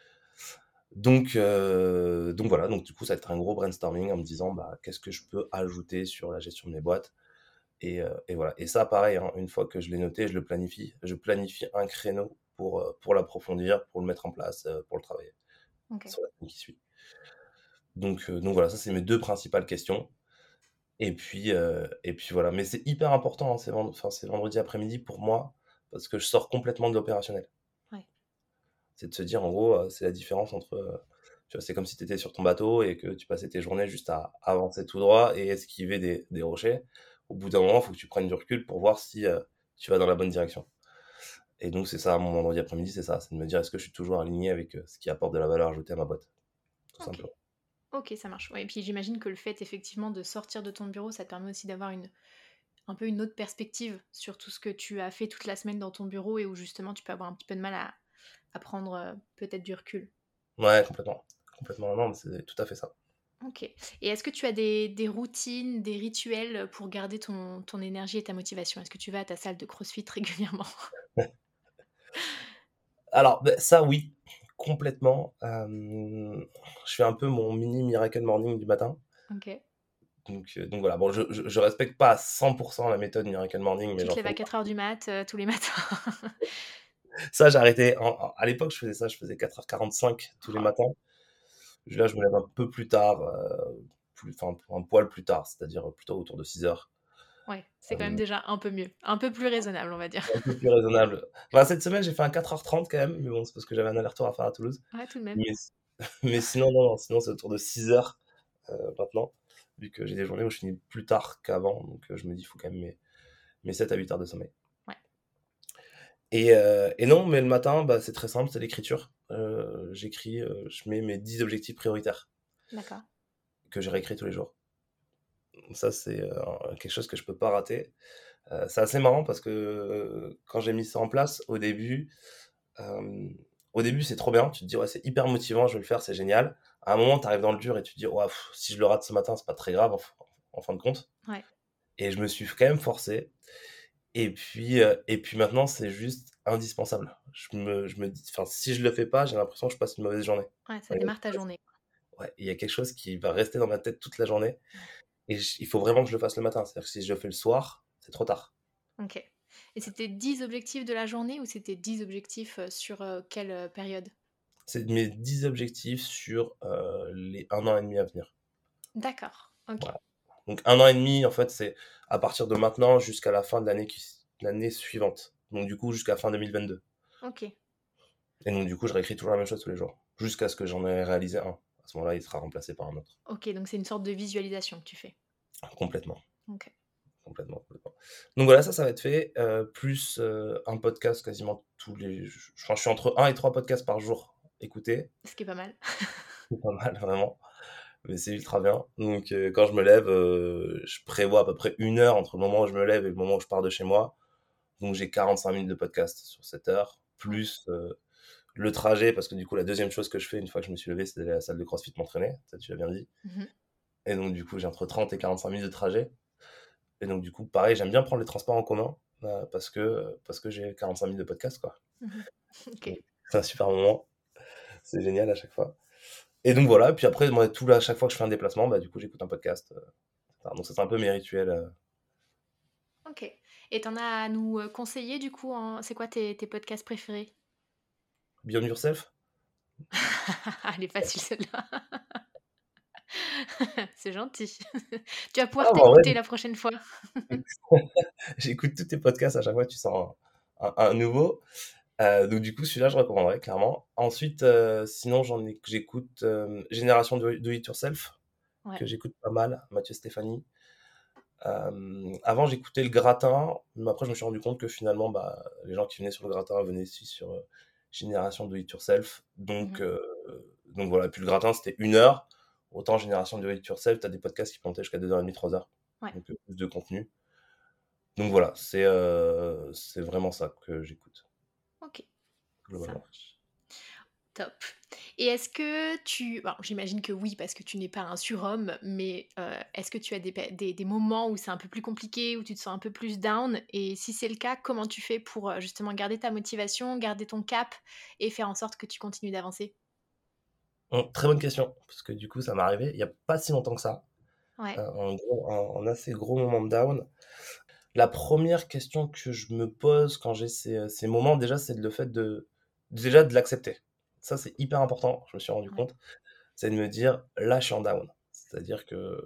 B: Donc heu, donc voilà, donc du coup, ça va être un gros brainstorming en me disant: «Bah, qu'est-ce que je peux ajouter sur la gestion de mes boîtes?» Et heu et voilà et ça pareil, hein, une fois que je l'ai noté, je le planifie. Je planifie un créneau pour, heu, pour l'approfondir, pour le mettre en place, heu, pour le travailler
A: OK.
B: sur la semaine qui suit. Donc heu, donc voilà, ça c'est mes deux principales questions et puis, heu et puis voilà. Mais c'est hyper important, hein, ces vend enfin, ces vendredis après-midi pour moi, parce que je sors complètement de l'opérationnel.
A: Ouais.
B: C'est de se dire en gros, heu, c'est la différence entre, heu, tu vois, c'est comme si tu étais sur ton bateau et que tu passais tes journées juste à avancer tout droit et esquiver des des rochers. Au bout d'un moment, il faut que tu prennes du recul pour voir si, heu, tu vas dans la bonne direction. Et donc c'est ça, mon vendredi après-midi, c'est ça, c'est de me dire: «Est-ce que je suis toujours aligné avec, heu, ce qui apporte de la valeur ajoutée à ma boîte?» Tout
A: OK.
B: simplement.
A: OK, ça marche. Ouais et puis j'imagine que le fait effectivement de sortir de ton bureau, ça te permet aussi d'avoir une un peu une autre perspective sur tout ce que tu as fait toute la semaine dans ton bureau et où justement tu peux avoir un petit peu de mal à à prendre, heu, peut-être du recul.
B: Ouais, complètement. Complètement, non, mais c'est tout à fait ça.
A: OK et est-ce que tu as des des routines, des rituels, pour garder ton ton énergie et ta motivation? Est-ce que tu vas à ta salle de CrossFit régulièrement?
B: Alors, beh, ça oui, complètement. Hem, je fais un peu mon mini miracle morning du matin.
A: OK.
B: Donc heu, donc voilà, bon, je je je respecte pas à cent pour cent la méthode miracle morning, mais
A: Tu te
B: j'en
A: lèves
B: fais
A: à
B: une
A: quatre heures du mat, heu, tous les matins?
B: Ça, j'ai arrêté. En- en- à l'époque, je faisais ça, je faisais quatre heures quarante-cinq tous les
A: Oh,
B: matins. Là, je me lève un peu plus tard, euh, plus, enfin, un poil plus tard, c'est-à-dire plutôt autour de six heures.
A: ouais, c'est quand même
B: Euh,
A: déjà un peu mieux, un peu plus raisonnable, on va dire.
B: un peu plus raisonnable. Enfin, cette semaine, j'ai fait un quatre heures trente quand même, mais bon, c'est parce que j'avais un aller-retour à faire à Toulouse.
A: Ouais, tout de même.
B: Mais, mais sinon, non, non, sinon, c'est autour de six heures euh, maintenant, vu que j'ai des journées où je finis plus tard qu'avant, donc euh, je me dis, il faut quand même mes, mes sept à huit heures de sommeil.
A: Ouais,
B: Et, euh, et non, mais le matin, bah, c'est très simple, c'est l'écriture. Euh, j'écris, euh, je mets mes dix objectifs prioritaires
A: d'accord.
B: que je réécris tous les jours. Ça, c'est euh, quelque chose que je peux pas rater. Euh, c'est assez marrant parce que euh, quand j'ai mis ça en place, au début, euh, au début, c'est trop bien. Tu te dis, ouais, c'est hyper motivant, je vais le faire, c'est génial. À un moment, tu arrives dans le dur et tu te dis, ouais, pff, si je le rate ce matin, c'est pas très grave, en, f- en fin de compte.
A: Ouais,
B: Et je me suis quand même forcé. Et puis, euh, et puis maintenant, c'est juste indispensable. Je me, je me dis, enfin, si je le fais pas, j'ai l'impression que je passe une mauvaise journée.
A: ouais, ça
B: Ouais,
A: démarre ta journée.
B: ouais, il y a quelque chose qui va rester dans ma tête toute la journée.
A: Ouais,
B: Et j- il faut vraiment que je le fasse le matin. C'est-à-dire que si je le fais le soir, c'est trop tard.
A: ok. Et c'était dix objectifs de la journée ou c'était dix objectifs euh, sur euh, quelle euh, période?
B: C'est mes dix objectifs sur euh, les un an et demi à venir.
A: D'accord, ok.
B: Voilà. Donc un an et demi, en fait, c'est à partir de maintenant jusqu'à la fin de l'année qui, l'année suivante. Donc du coup, jusqu'à fin deux mille vingt-deux.
A: Ok,
B: Et donc du coup, je réécris toujours la même chose tous les jours. Jusqu'à ce que j'en ai réalisé un. À ce moment-là, il sera remplacé par un autre.
A: ok, donc c'est une sorte de visualisation que tu fais.
B: Complètement.
A: Ok,
B: Complètement, complètement. Donc voilà, ça, ça va être fait. euh, plus euh, un podcast quasiment tous les... Je, enfin, je suis entre un et trois podcasts par jour écoutés.
A: ce qui est pas mal.
B: C'est pas mal, vraiment. Mais c'est ultra bien. Donc euh, quand je me lève, euh, je prévois à peu près une heure entre le moment où je me lève et le moment où je pars de chez moi. Donc j'ai quarante-cinq minutes de podcast sur cette heure,
A: Ouais.
B: plus euh, le trajet, parce que du coup, la deuxième chose que je fais une fois que je me suis levé, c'est d'aller à la salle de CrossFit m'entraîner. Ça, tu l'as bien dit.
A: Mhm.
B: Et donc du coup, j'ai entre trente et quarante-cinq minutes de trajet. Et donc du coup, pareil, j'aime bien prendre les transports en commun euh, parce que, parce que j'ai quarante-cinq minutes de podcast, quoi.
A: Mhm. Ok,
B: Donc, c'est un super moment. C'est génial à chaque fois. Et donc voilà, puis après, moi, tout là, à chaque fois que je fais un déplacement, bah, du coup, j'écoute un podcast. euh, enfin, donc ça, c'est un peu mes rituels. euh,
A: ok. Et t'en as à nous euh, conseiller du coup, en- c'est quoi tes, tes podcasts préférés?
B: Beyond Yourself.
A: Elle est facile celle-là. C'est gentil. Tu vas pouvoir
B: Ah, bah ouais,
A: t'écouter la prochaine fois.
B: j'écoute tous tes podcasts à chaque fois que tu sors un, un- un nouveau. Euh, donc du coup, celui-là, je recommanderais clairement. Ensuite, euh, sinon, j'en ai, j'écoute euh, Génération Do, Do It Yourself,
A: Ouais.
B: que j'écoute pas mal, Mathieu Stéphanie. Euh, avant, j'écoutais le Gratin, mais après, je me suis rendu compte que finalement, bah, les gens qui venaient sur le Gratin venaient aussi sur euh, Génération Do It Yourself. Donc,
A: Mhm.
B: euh, donc voilà, puis le Gratin, c'était une heure. Autant Génération Do It Yourself, tu as des podcasts qui montaient jusqu'à deux heures trente, trois heures.
A: Ouais.
B: Donc, euh, plus de contenu. Donc voilà, c'est euh, c'est vraiment ça que j'écoute,
A: Ok. Ça
B: globalement.
A: marche. Top. Et est-ce que tu... Bon, j'imagine que oui, parce que tu n'es pas un surhomme, mais euh, est-ce que tu as des, pe- des, des moments où c'est un peu plus compliqué, où tu te sens un peu plus down? Et si c'est le cas, comment tu fais pour euh, justement garder ta motivation, garder ton cap et faire en sorte que tu continues d'avancer?
B: Hum, très bonne question, parce que du coup, ça m'est arrivé il n'y a pas si longtemps que ça,
A: Ouais.
B: euh, un, gros, un, un assez gros moment de down. La première question que je me pose quand j'ai ces, euh, ces moments, déjà, c'est le fait de, déjà de l'accepter. Ça, c'est hyper important, je me suis rendu
A: Ouais.
B: compte. C'est de me dire, là, je suis en down. C'est-à-dire que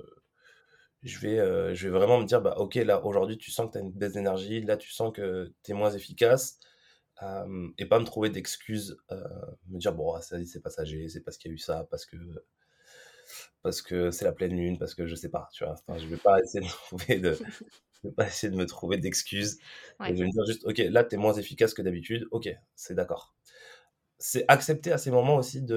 B: je vais, euh, je vais vraiment me dire, bah, ok, là, aujourd'hui, tu sens que tu as une baisse d'énergie, là, tu sens que tu es moins efficace, euh, et pas me trouver d'excuses, euh, me dire, bon, ah, ça, c'est passager, c'est parce qu'il y a eu ça, parce que, parce que c'est la pleine lune, parce que je sais pas, tu vois. Enfin, je vais pas essayer de trouver de, je vais pas essayer de me trouver d'excuses. Et
A: Ouais.
B: je vais me dire juste, ok, là, tu es moins efficace que d'habitude, ok, c'est d'accord. C'est accepter à ces moments aussi de,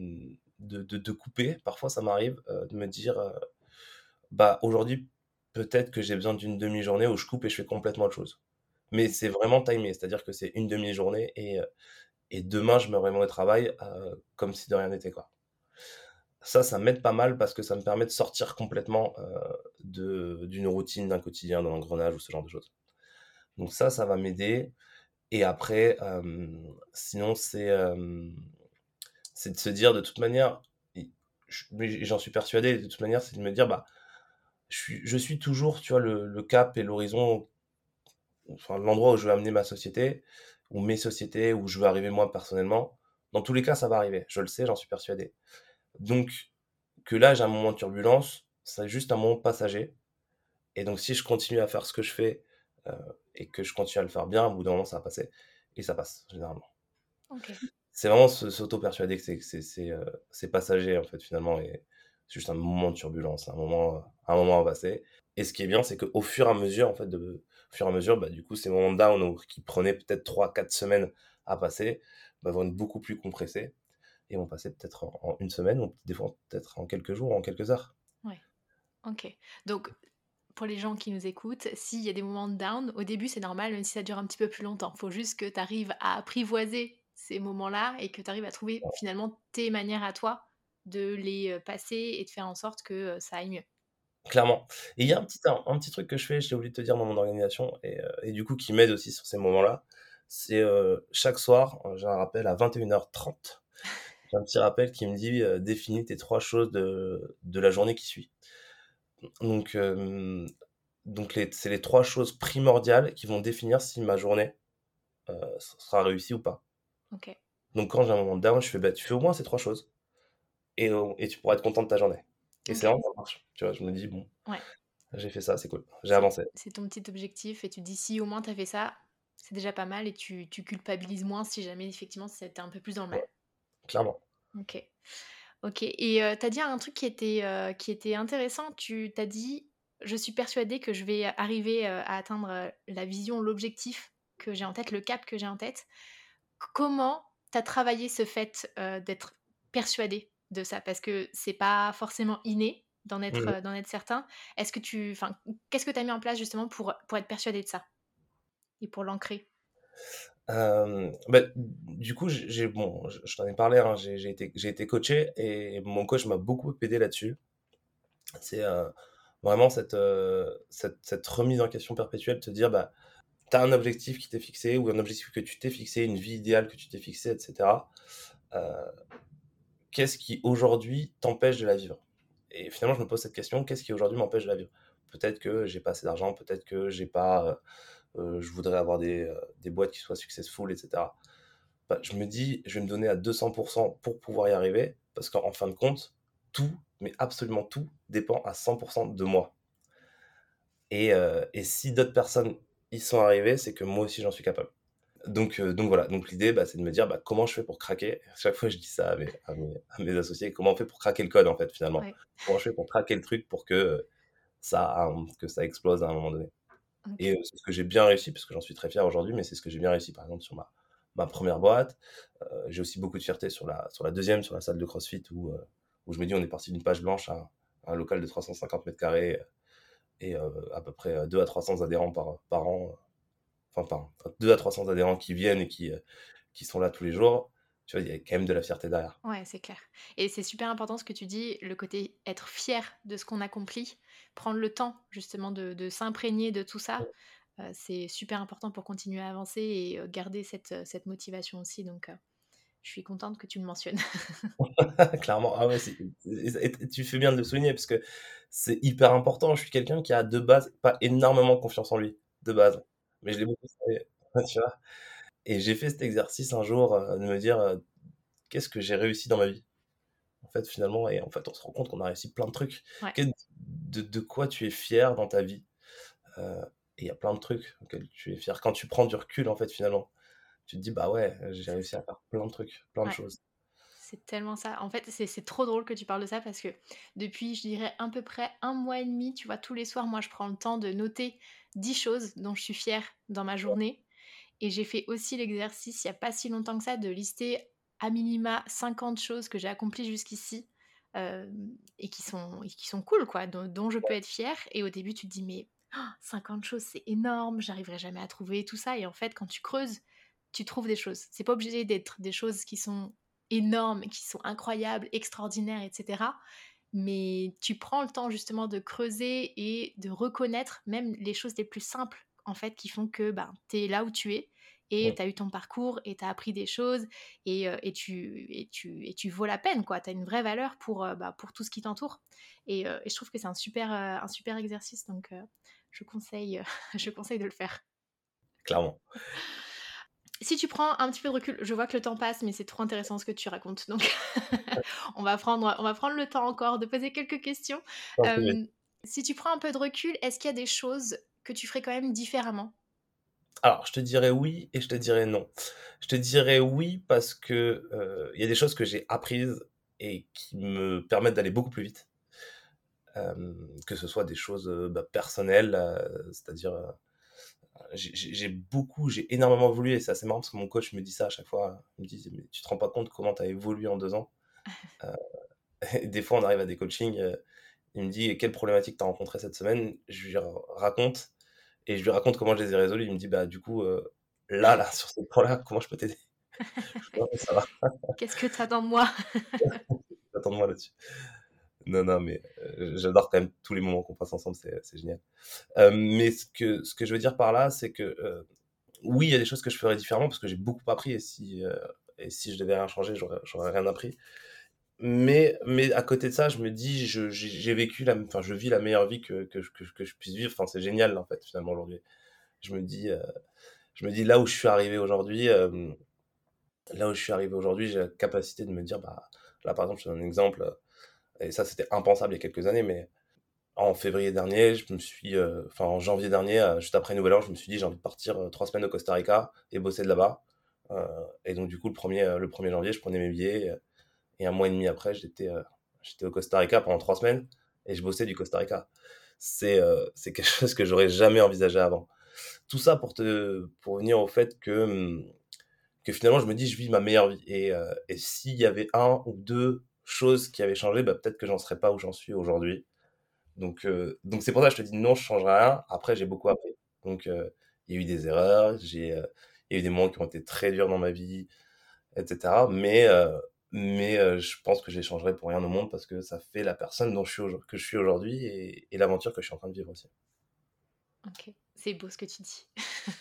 B: de, de, de couper. Parfois, ça m'arrive euh, de me dire, euh, bah, aujourd'hui, peut-être que j'ai besoin d'une demi-journée où je coupe et je fais complètement autre chose. Mais
A: Ouais.
B: c'est vraiment timé, c'est-à-dire que c'est une demi-journée et, euh, et demain, je me remets au travail euh, comme si de rien n'était, quoi. Ça, ça m'aide pas mal parce que ça me permet de sortir complètement euh, de, d'une routine, d'un quotidien, d'un engrenage ou ce genre de choses. Donc ça, ça va m'aider. Et après, euh, sinon, c'est euh, c'est de se dire de toute manière, et je- mais j'en suis persuadé, de toute manière, c'est de me dire, bah, je suis, je suis toujours, tu vois, le, le cap et l'horizon, enfin, l'endroit où je veux amener ma société, ou mes sociétés, où je veux arriver moi personnellement, dans tous les cas, ça va arriver. Je le sais, j'en suis persuadé. Donc, que là, j'ai un moment de turbulence, c'est juste un moment passager. Et donc, si je continue à faire ce que je fais euh, et que je continue à le faire bien, au bout d'un moment, ça va passer. Et ça passe, généralement.
A: Ok.
B: C'est vraiment se- s'auto-persuader que c'est que c'est c'est, euh, c'est passager, en fait, finalement. Et c'est juste un moment de turbulence, un moment, euh, un moment à passer. Et ce qui est bien, c'est qu'au fur et à mesure, en fait, de, au fur et à mesure, bah, du coup, ces moments de down où- qui prenaient peut-être trois quatre semaines à passer, bah, vont être beaucoup plus compressés et vont passer peut-être en, en une semaine, ou des fois peut-être en quelques jours, en quelques heures.
A: Ouais. Ok. Donc, pour les gens qui nous écoutent, s'il y a des moments de down, au début c'est normal, même si ça dure un petit peu plus longtemps. Il faut juste que tu arrives à apprivoiser ces moments-là et que tu arrives à trouver finalement tes manières à toi de les euh, passer et de faire en sorte que euh, ça aille mieux.
B: Clairement. Et il y a un petit, un, un petit truc que je fais, j'ai oublié de te dire dans mon organisation, et, euh, et du coup qui m'aide aussi sur ces moments-là, c'est euh, chaque soir, euh, j'ai un rappel à vingt et une heures trente. J'ai un petit rappel qui me dit euh, définis tes trois choses de, de la journée qui suit. Donc, euh, donc les, c'est les trois choses primordiales qui vont définir si ma journée euh, sera réussie ou pas.
A: Ok.
B: Donc quand j'ai un moment de down, je fais bah, tu fais au moins ces trois choses et, euh, et tu pourras être content de ta journée. Et c'est
A: Ok.
B: vraiment ça marche. Tu vois, je me dis bon,
A: Ouais.
B: j'ai fait ça, c'est cool, j'ai
A: C'est
B: avancé.
A: c'est ton petit objectif et tu te dis si au moins tu as fait ça, c'est déjà pas mal et tu, tu culpabilises moins si jamais effectivement c'était un peu plus dans le mal.
B: Ouais, clairement.
A: Ok. Ok. Et euh, tu as dit un truc qui était, euh, qui était intéressant. Tu t'as dit, je suis persuadée que je vais arriver euh, à atteindre euh, la vision, l'objectif que j'ai en tête, le cap que j'ai en tête. Comment tu as travaillé ce fait euh, d'être persuadée de ça? Parce que c'est pas forcément inné d'en être,
B: Mhm.
A: euh, d'en être certain. Est-ce que tu, enfin, qu'est-ce que tu as mis en place justement pour, pour être persuadée de ça et pour l'ancrer?
B: Euh, bah, du coup, j'ai, j'ai- bon, je, je t'en ai parlé, hein, j'ai, j'ai été, j'ai été coaché et mon coach m'a beaucoup aidé là-dessus. C'est euh, vraiment cette, euh, cette, cette remise en question perpétuelle, de te dire, bah, tu as un objectif qui t'est fixé ou un objectif que tu t'es fixé, une vie idéale que tu t'es fixée, et cetera. Euh, Qu'est-ce qui aujourd'hui t'empêche de la vivre? Et finalement, je me pose cette question, qu'est-ce qui aujourd'hui m'empêche de la vivre? Peut-être que j'ai pas assez d'argent, peut-être que j'ai pas, euh, euh, je voudrais avoir des, euh, des boîtes qui soient successful, et cetera. Bah, je me dis, je vais me donner à deux cents pour cent pour pouvoir y arriver, parce qu'en fin de compte, tout, mais absolument tout, dépend à cent pour cent de moi. Et, euh, et si d'autres personnes y sont arrivées, c'est que moi aussi j'en suis capable. Donc, euh, donc voilà, donc l'idée, bah, c'est de me dire bah, comment je fais pour craquer. À chaque fois, je dis ça à mes, à mes, à mes associés, comment on fait pour craquer le code, en fait, finalement.
A: Ouais.
B: Comment je fais pour craquer le truc pour que euh, ça, euh, que ça explose à un moment donné.
A: Ok.
B: Et euh, c'est ce que j'ai bien réussi, parce que j'en suis très fier aujourd'hui, mais c'est ce que j'ai bien réussi, par exemple, sur ma, ma première boîte. Euh, j'ai aussi beaucoup de fierté sur la, sur la deuxième, sur la salle de CrossFit, où, euh, où je me dis, on est parti d'une page blanche à, un- un local de trois cent cinquante mètres carrés et euh, à peu près euh, deux à trois cents adhérents par, par an. Enfin, par, enfin, deux à trois cents adhérents qui viennent et qui, euh, qui sont là tous les jours. Tu vois, il y a quand même de la fierté derrière.
A: Ouais, c'est clair. Et c'est super important ce que tu dis, le côté être fier de ce qu'on accomplit, prendre le temps justement de, de s'imprégner de tout ça, euh, c'est super important pour continuer à avancer et euh, garder cette, euh, cette motivation aussi. Donc, euh, je suis contente que tu le mentionnes.
B: Clairement, ah ouais, c'est- et- et tu fais bien de le souligner parce que c'est hyper important. Je suis quelqu'un qui a de base pas énormément confiance en lui, de base. Mais je l'ai beaucoup travaillé, tu vois. Et j'ai fait cet exercice un jour euh, de me dire euh, qu'est-ce que j'ai réussi dans ma vie, en fait, finalement. Et en fait, on se rend compte qu'on a réussi plein de trucs.
A: Ouais,
B: Qu'est- De, de quoi tu es fier dans ta vie? Euh, et il y a plein de trucs auxquels tu es fier. Quand tu prends du recul, en fait, finalement, tu te dis, bah ouais, j'ai
A: c'est
B: réussi
A: ça.
B: à faire plein de trucs, plein de
A: Ouais.
B: choses.
A: C'est tellement ça. En fait, c'est c'est trop drôle que tu parles de ça parce que depuis, je dirais, à peu près un mois et demi, tu vois, tous les soirs, moi, je prends le temps de noter dix choses dont je suis fière dans ma journée. Et j'ai fait aussi l'exercice, il n'y a pas si longtemps que ça, de lister à minima cinquante choses que j'ai accomplies jusqu'ici euh, et, qui sont, et qui sont cool, quoi, dont, dont je peux être fière. Et au début, tu te dis, mais oh, cinquante choses, c'est énorme, j'arriverai jamais à trouver tout ça. Et en fait, quand tu creuses, tu trouves des choses. C'est pas obligé d'être des choses qui sont énormes, qui sont incroyables, extraordinaires, et cetera. Mais tu prends le temps justement de creuser et de reconnaître même les choses les plus simples en fait qui font que ben, tu es là où tu es et
B: Mm.
A: tu as eu ton parcours et tu as appris des choses et, euh, et, tu, et, tu, et tu vaux la peine, quoi. Tu as une vraie valeur pour, euh, bah, pour tout ce qui t'entoure. Et, euh, et je trouve que c'est un super, euh, un super exercice, donc euh, je, conseille, je conseille de le faire.
B: Clairement.
A: Si tu prends un petit peu de recul, je vois que le temps passe, mais c'est trop intéressant ce que tu racontes, donc on va prendre on va prendre le temps encore de poser quelques questions.
B: J'en prie.
A: Hem, Si tu prends un peu de recul, est-ce qu'il y a des choses que tu ferais quand même différemment?
B: Alors, je te dirais oui et je te dirais non. Je te dirais oui parce que, heu, il y a des choses que j'ai apprises et qui me permettent d'aller beaucoup plus vite. Hem, que ce soit des choses, heu, bah, personnelles, heu, c'est-à-dire, heu, j'ai j'ai j'ai beaucoup j'ai énormément évolué et c'est assez marrant parce que mon coach me dit ça à chaque fois. Il me dit: «Mais tu te rends pas compte comment tu as évolué en deux ans?» Heu, et des fois, on arrive à des coachings, heu, il me dit: «Quelle problématique tu as rencontrée cette semaine?» Je lui ra raconte et je lui raconte comment je les ai résolues. Il me dit: «Bah, du coup, heu, là là, sur ce point-là, comment je peux t'aider?» «Ouais, ça va,
A: Qu'est-ce que tu attends de moi?
B: attends de moi là-dessus». Non, non, mais heu, j'adore quand même tous les moments qu'on passe ensemble, c'est c'est génial. Hem, mais ce que ce que je veux dire par là, c'est que, heu, oui, il y a des choses que je ferais différemment parce que j'ai beaucoup appris et si, heu et si je devais rien changer, j'aurais j'aurais rien appris. Mais mais à côté de ça, je me dis: je j'ai j'ai vécu la enfin, je vis la meilleure vie que que je que je que je puisse vivre. Enfin, c'est génial, en fait, finalement, aujourd'hui. Je me dis, heu, je me dis là où je suis arrivé aujourd'hui, hem, là où je suis arrivé aujourd'hui, j'ai la capacité de me dire, bah, là, par exemple, je te donne un exemple, heu et ça, c'était impensable il y a quelques années, mais en février dernier, je me suis, heu, enfin, en janvier dernier, heu, juste après Nouvel An, je me suis dit: «J'ai envie de partir, heu, trois semaines au Costa Rica et bosser de là-bas». Heu et donc du coup, le premier er le premier janvier, je prenais mes billets, heu et un mois et demi après, j'étais, heu, j'étais au Costa Rica pendant trois semaines et je bossais du Costa Rica. C'est, heu, c'est quelque chose que j'aurais jamais envisagé avant. Tout ça pour te pour venir au fait que, mmh, que finalement, je me dis: «Je vis ma meilleure vie» et heu et s'il y avait un ou deux choses qui avaient changé, bah, peut-être que j'en serais pas où j'en suis aujourd'hui. Donc heu, donc c'est pour ça que je te dis: «Non, je changerai rien». Après, j'ai beaucoup appris. Donc heu, il y a eu des erreurs, j'ai, heu, il y a eu des moments qui ont été très durs dans ma vie et cetera. Mais heu, mais heu, je pense que je les changerai pour rien au monde parce que ça fait la personne dont je suis aujour que je suis aujourd'hui et et l'aventure que je suis en train de vivre aussi.
A: OK, c'est beau ce que tu dis.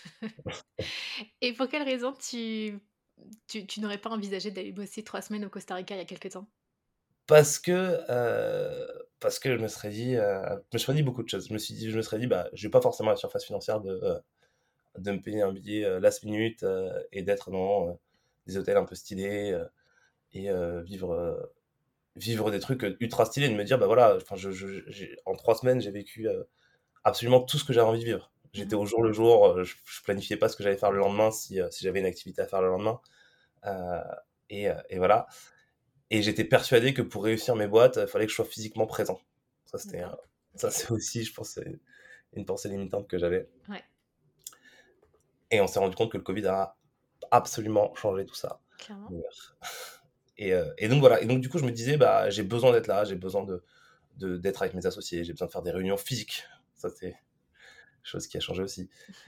A: Et pour quelle raison tu tu tu n'aurais pas envisagé d'aller bosser trois semaines au Costa Rica il y a quelque temps?
B: Parce que, heu, parce que je me serais dit, heu, je me serais dit beaucoup de choses. Je me suis dit je me serais dit: «Bah, j'ai pas forcément la surface financière de, heu, de me payer un billet, heu, last minute, heu et d'être dans, heu, des hôtels un peu stylés, heu et heu, vivre, heu, vivre des trucs, heu, ultra stylés». De me dire: «Bah, voilà, enfin, je je j'ai en trois semaines, j'ai vécu, heu, absolument tout ce que j'avais envie de vivre». J'étais
A: Mmh.
B: au jour le jour, heu, je je planifiais pas ce que j'allais faire le lendemain si, heu, si j'avais une activité à faire le lendemain, heu et heu et voilà. Et j'étais persuadé que pour réussir mes boîtes, il fallait que je sois physiquement présent. Ça, c'était, heu,
A: D'accord.
B: ça,
A: OK.
B: c'est aussi, je pense, c'est une pensée limitante que j'avais
A: Ouais,
B: et on s'est rendu compte que le covid a absolument changé tout ça.
A: clairement.
B: Ouais. Et heu et donc voilà et donc du coup, je me disais: «Bah, j'ai besoin d'être là, j'ai besoin de de d'être avec mes associés, j'ai besoin de faire des réunions physiques». Ça, c'est chose qui a changé aussi.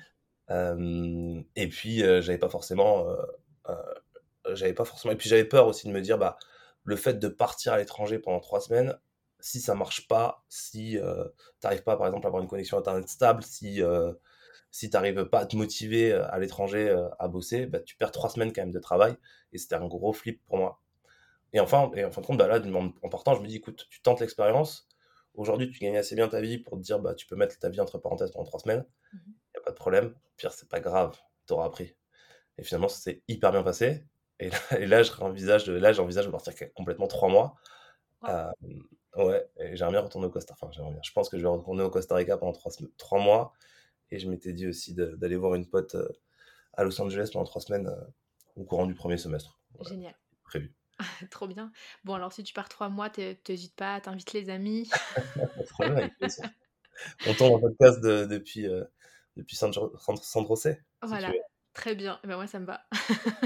B: Hem et puis, heu, j'avais pas forcément, heu heu, j'avais pas forcément et puis j'avais peur aussi de me dire: «Bah, le fait de partir à l'étranger pendant trois semaines, si ça marche pas, si, heu, tu arrives pas, par exemple, à avoir une connexion internet stable, si, heu, si tu arrives pas à te motiver, heu, à l'étranger, heu, à bosser, bah, tu perds trois semaines quand même de travail» et c'était un gros flip pour moi. Et enfin et en fin de compte, bah, là, en en partant, je me dis: «Écoute, tu tentes l'expérience. Aujourd'hui, tu gagnes assez bien ta vie pour te dire, bah, tu peux mettre ta vie entre parenthèses pendant trois semaines,
A: Mmh.
B: il y a pas de problème. Au pire, c'est pas grave, tu auras appris». Et finalement, ça s'est hyper bien passé et là et là, je réenvisage de là, j'envisage de partir q complètement trois mois.
A: Waouh!
B: Hem, ouais et j'aimerais bien retourner au Costa enfin, j'aimerais bien, je pense que je vais retourner au Costa Rica pendant trois sem trois mois et je m'étais dit aussi de d'aller voir une pote, heu, à Los Angeles pendant trois semaines, heu, au courant du premier semestre. Voilà,
A: Génial.
B: prévu.
A: Trop bien. Bon, alors si tu pars trois mois, tu tu pas, tu invites les amis.
B: Pas de problème, avec plaisir. On tourne un podcast de depuis, heu, depuis San Jo San San José, si tu
A: Voilà,
B: veux.
A: très bien. Eh ben, moi, ça me va.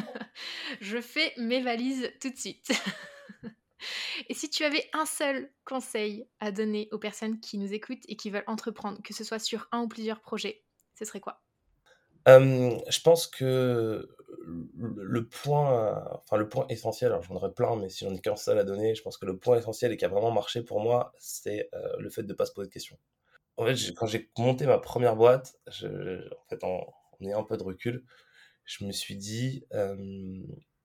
A: Je fais mes valises tout de suite. Et si tu avais un seul conseil à donner aux personnes qui nous écoutent et qui veulent entreprendre, que ce soit sur un ou plusieurs projets, ce serait quoi?
B: Hem, je pense que le le point, enfin le point essentiel, alors j'en aurais plein, mais si j'en ai qu'un seul à donner, je pense que le point essentiel et qui a vraiment marché pour moi, c'est, heu, le fait de pas se poser de questions. En fait, j'ai quand j'ai monté ma première boîte, je en fait, en en ayant un peu de recul, je me suis dit, hem: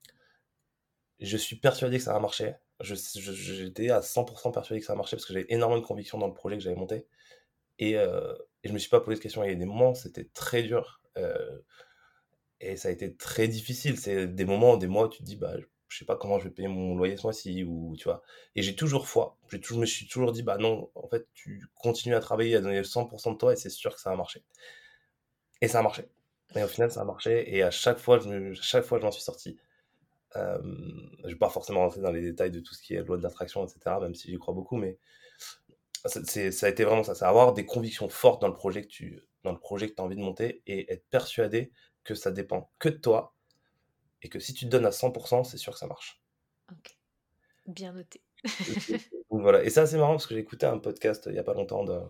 B: «Je suis persuadé que ça va marcher». Je s je j'étais à cent pour cent persuadé que ça va marcher parce que j'avais énormément de conviction dans le projet que j'avais monté et heu et je me suis pas posé de questions. Il y a des moments, c'était très dur, heu et ça a été très difficile. C'est des moments, des mois où tu te dis: «Bah, je sais pas comment je vais payer mon loyer ce mois-ci» ou tu vois? Et j'ai toujours foi. J'ai toujours je me suis toujours dit: «Bah non, en fait, tu continues à travailler, à donner cent pour cent de toi et c'est sûr que ça va marcher». Et ça a marché. Et au final, ça a marché et à chaque fois, je me chaque fois, je m'en suis sorti. Hem, je vais pas forcément rentrer dans les détails de tout ce qui est loi de l'attraction et cetera, même si j'y crois beaucoup, mais c'est c'est ça a été vraiment ça, c'est avoir des convictions fortes dans le projet que tu dans le projet que tu as envie de monter et être persuadé que ça dépend que de toi et que si tu te donnes à cent pour cent, c'est sûr que ça marche.
A: OK, bien noté.
B: Donc voilà, et c'est assez marrant parce que j'ai écouté un podcast il y a pas longtemps d'un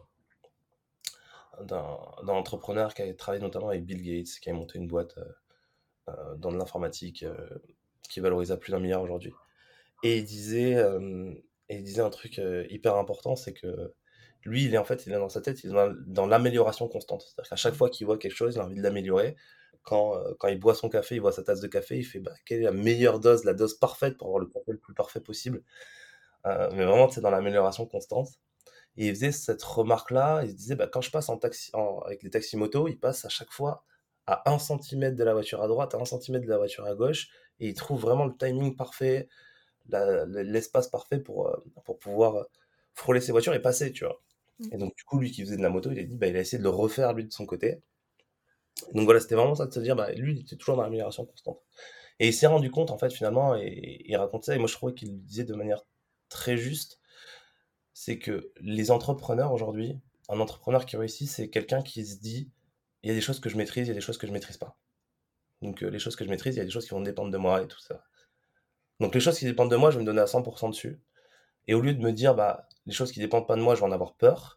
B: d'un d'un entrepreneur qui avait travaillé notamment avec Bill Gates, qui a monté une boîte, heu heu, dans de l'informatique, heu, qui valorise à plus d'un milliard aujourd'hui. Et il disait, hem, et il disait un truc, heu, hyper important, c'est que lui, il est en fait, il est dans sa tête, il est dans dans l'amélioration constante. C'est-à-dire qu'à chaque fois qu'il voit quelque chose, il a envie de l'améliorer. Quand, heu, quand il boit son café, il voit sa tasse de café, il fait: «Bah, quelle est la meilleure dose, la dose parfaite pour avoir le café le plus parfait possible?» Heu, mais vraiment, c'est dans l'amélioration constante. Et il faisait cette remarque-là, il se disait: «Bah, quand je passe en taxi en avec les taxis motos, ils passent à chaque fois à un centimètre de la voiture à droite, à un centimètre de la voiture à gauche et ils trouvent vraiment le timing parfait, la le l'espace parfait pour, heu, pour pouvoir, heu, frôler ces voitures et passer», tu vois?
A: Mmh.
B: Et donc du coup, lui qui faisait de la moto, il a dit, bah, il a essayé de le refaire lui de son côté. Donc voilà, c'était vraiment ça de se dire, bah, lui, il était toujours dans l'amélioration constante. Et il s'est rendu compte en fait finalement et il raconte ça et moi je trouvais qu'il le disait de manière très juste, c'est que les entrepreneurs aujourd'hui, un entrepreneur qui réussit, c'est quelqu'un qui se dit: «Il y a des choses que je maîtrise, il y a des choses que je maîtrise pas. Donc heu, les choses que je maîtrise, il y a des choses qui vont dépendre de moi et tout ça. Donc les choses qui dépendent de moi, je vais me donner à cent pour cent dessus». Et au lieu de me dire: «Bah, les choses qui dépendent pas de moi, je vais en avoir peur»,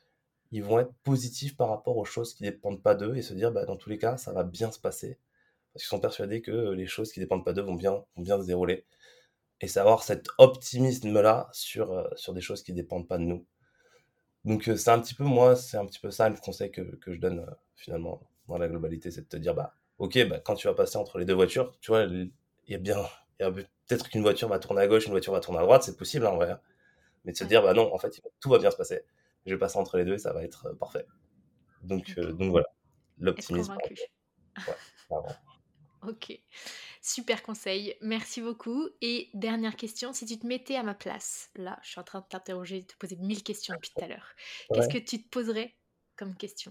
B: ils vont être positifs par rapport aux choses qui dépendent pas d'eux et se dire: «Bah, dans tous les cas, ça va bien se passer». Parce qu'ils sont persuadés que, heu, les choses qui dépendent pas d'eux vont bien vont bien se dérouler et c'est avoir cet optimisme-là sur, heu, sur des choses qui dépendent pas de nous. Donc heu, c'est un petit peu moi, c'est un petit peu ça le conseil que que je donne, heu, finalement, dans la globalité, c'est de te dire: «Bah, OK, bah, quand tu vas passer entre les deux voitures, tu vois, l il y a bien il y a peut-être qu'une voiture va tourner à gauche, une voiture va tourner à droite, c'est possible, hein, en vrai, hein. Mais de se
A: Ouais,
B: dire: «Bah, non, en fait, tout va bien se passer. Je vais passer entre les deux et ça va être, heu, parfait». Donc heu,
A: OK.
B: donc voilà,
A: Être
B: l'optimisme par
A: convaincu.
B: rapport ouais, clairement.
A: OK. Super conseil, merci beaucoup et dernière question, si tu te mettais à ma place, là, je suis en train de t'interroger, de te poser mille questions depuis tout à l'heure. Qu'est-ce que
B: Ouais,
A: tu te poserais comme question?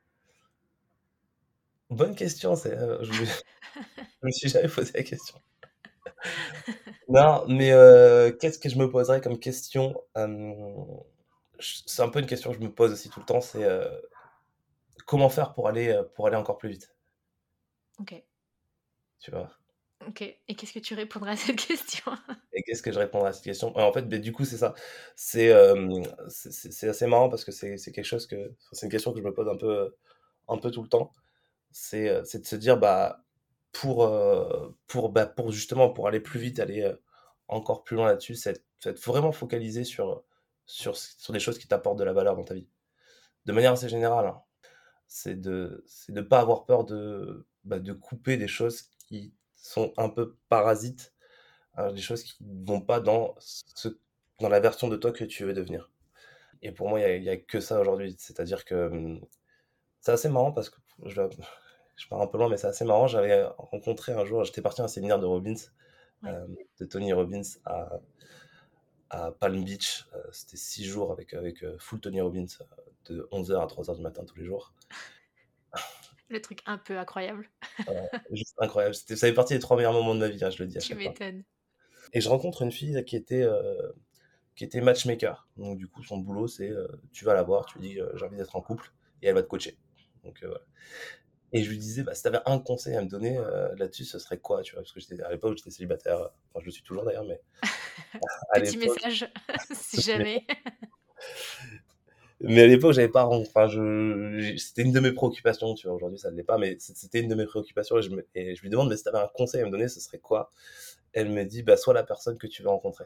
B: bonne question, c'est, heu, je me je me suis jamais posé la question. Non, mais heu, qu'est-ce que je me poserais comme question? Hem, ch c'est un peu une question que je me pose aussi tout le temps, c'est, heu, comment faire pour aller, heu, pour aller encore plus vite?
A: OK,
B: Tu vois?
A: OK et qu'est-ce que tu répondrais à cette question?
B: Et qu'est-ce que je répondrais à cette question? Bah, en fait, beh, du coup, c'est ça. C'est, hem, c'est c'est c'est assez marrant parce que c'est c'est quelque chose que enfin, c'est une question que je me pose un peu, heu, un peu tout le temps. C'est, heu, c'est de se dire, bah, pour, heu, pour, bah, pour justement, pour aller plus vite, aller, heu, encore plus loin là-dessus, c'est être c'est être vraiment focalisé sur, sur s sur des choses qui t'apportent de la valeur dans ta vie. De manière assez générale, hein. C'est de c'est de pas avoir peur de, bah, de couper des choses qui sont un peu parasites, heu, des choses qui vont pas dans ce dans la version de toi que tu veux devenir. Et pour moi, il y a il y a que ça aujourd'hui. C'est-à-dire que, hem, c'est assez marrant parce que je je pars un peu loin, mais c'est assez marrant. J'avais rencontré un jour, j'étais parti à un séminaire de Robbins,
A: Ouais,
B: hem, de Tony Robbins à à Palm Beach. Heu, c'était six jours avec, avec, heu, full Tony Robbins, heu, de onze heures à trois heures du matin tous les jours.
A: le truc un peu incroyable.
B: Heu, juste incroyable. C'était ça fait partie des trois meilleurs moments de ma vie, hein, je le dis à
A: Tu
B: chaque fois.
A: m'étonnes.
B: Et je rencontre une fille qui était, heu, qui était matchmaker. Donc du coup, son boulot, c'est, heu, tu vas la voir, tu lui dis, heu: «J'ai envie d'être en couple» et elle va te coacher. Donc heu, voilà. Et je lui disais: «Bah, si tu avais un conseil à me donner, heu, là-dessus, ce serait quoi?» Tu vois? Parce que j'étais à l'époque, j'étais célibataire, heu, enfin je le suis toujours d'ailleurs, mais à
A: Petit
B: l'époque
A: message, si jamais.
B: mais à l'époque, j'avais pas ren enfin je j'ai c'était une de mes préoccupations, tu vois? Aujourd'hui, ça ne l'est pas, mais c c'était une de mes préoccupations et je me et je lui demande: «Mais si tu avais un conseil à me donner, ce serait quoi?» Elle me dit: «Bah, sois la personne que tu veux rencontrer».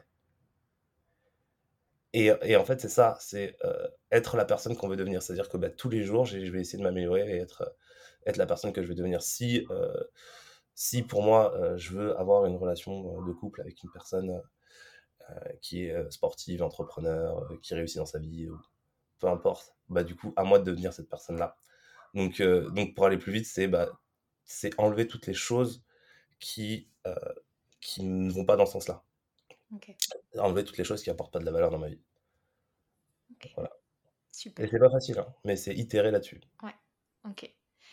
B: Et et en fait, c'est ça, c'est, heu, être la personne qu'on veut devenir. C'est-à-dire que, bah, tous les jours, j'ai je vais essayer de m'améliorer et être, heu, être la personne que je veux devenir. Si, heu, si pour moi, heu, je veux avoir une relation, heu, de couple avec une personne, heu qui est, heu, sportive, entrepreneur, heu, qui réussit dans sa vie ou peu importe, bah, du coup, à moi de devenir cette personne-là. Donc heu, donc pour aller plus vite, c'est, bah, c'est enlever toutes les choses qui, heu, qui ne vont pas dans ce sens-là.
A: OK.
B: Enlever toutes les choses qui apportent pas de la valeur dans ma vie.
A: OK.
B: Voilà. Et
A: Super.
B: c'est pas facile, hein, mais c'est itérer là-dessus.
A: Ouais. OK.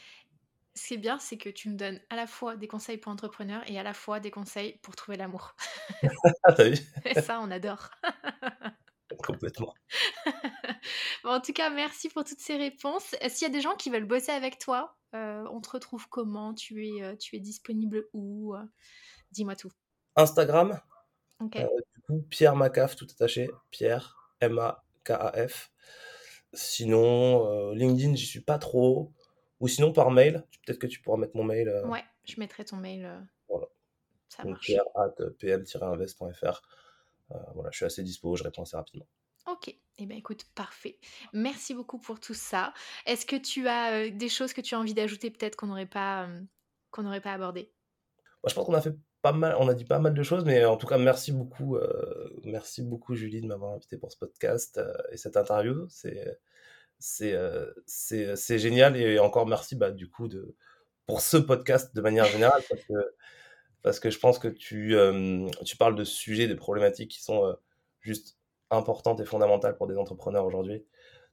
A: Ce qui est bien, c'est que tu me donnes à la fois des conseils pour entrepreneurs et à la fois des conseils pour trouver l'amour.
B: Ah, tu as vu?
A: Et ça, on adore.
B: Complètement.
A: Bon, en tout cas, merci pour toutes ces réponses. Heu, s'il y a des gens qui veulent bosser avec toi, heu, on te retrouve comment? Tu es, heu, tu es disponible où? Heu, dis-moi tout.
B: Instagram, heu,
A: OK.
B: du coup, Pierre Macaf, tout attaché, Pierre, M A K A F. Sinon, heu, LinkedIn, j'y suis pas trop, ou sinon par mail, peut-être que tu pourras mettre mon mail, heu,
A: Ouais, je mettrai ton mail, heu,
B: voilà,
A: ça
B: donc
A: marche.
B: pierre arobase p m tiret invest point f r. Heu, voilà, je suis assez dispo, je réponds assez rapidement.
A: OK. Eh ben, écoute, parfait. Merci beaucoup pour tout ça. Est-ce que tu as, heu, des choses que tu as envie d'ajouter peut-être qu'on n'aurait pas, hem, qu'on n'aurait pas abordées?
B: Bah, je pense qu'on a fait pas mal on a dit pas mal de choses, mais en tout cas, merci beaucoup, heu, merci beaucoup Julie de m'avoir invité pour ce podcast, heu, et cette interview. C'est c'est, heu, c'est, c'est génial, et encore merci, bah, du coup, de pour ce podcast de manière générale, parce que parce que je pense que tu, hem, tu parles de sujets, de problématiques qui sont, heu, juste importantes et fondamentales pour des entrepreneurs aujourd'hui.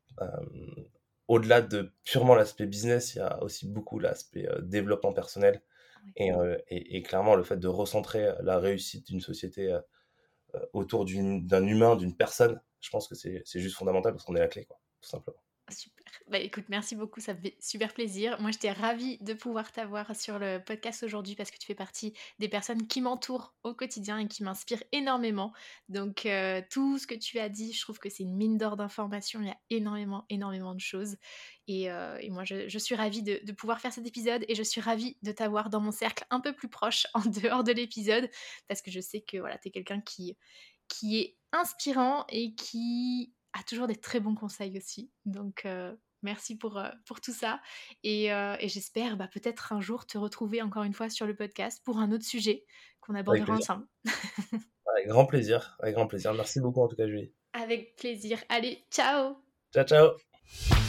B: Hem, Au-delà de purement l'aspect business, il y a aussi beaucoup l'aspect, heu, développement personnel,
A: Ouais.
B: et heu et et clairement le fait de recentrer la réussite d'une société, heu heu, autour d'une d'un humain, d'une personne, je pense que c'est c'est juste fondamental parce qu'on est la clé, quoi, tout simplement.
A: Super. Bah, écoute, merci beaucoup, ça me fait super plaisir. Moi, j'étais ravie de pouvoir t'avoir sur le podcast aujourd'hui parce que tu fais partie des personnes qui m'entourent au quotidien et qui m'inspirent énormément. Donc, heu, tout ce que tu as dit, je trouve que c'est une mine d'or d'informations. Il y a énormément, énormément de choses et heu et moi, je je suis ravie de de pouvoir faire cet épisode et je suis ravie de t'avoir dans mon cercle un peu plus proche en dehors de l'épisode parce que je sais que, voilà, tu es quelqu'un qui qui est inspirant et qui a toujours des très bons conseils aussi. Donc, heu, merci pour, heu, pour tout ça et heu et j'espère, bah, peut-être un jour te retrouver encore une fois sur le podcast pour un autre sujet qu'on
B: Avec
A: abordera
B: plaisir,
A: ensemble.
B: avec grand plaisir, avec grand plaisir. Merci beaucoup en tout cas Julie.
A: Avec plaisir. Allez, ciao!
B: Ciao, ciao.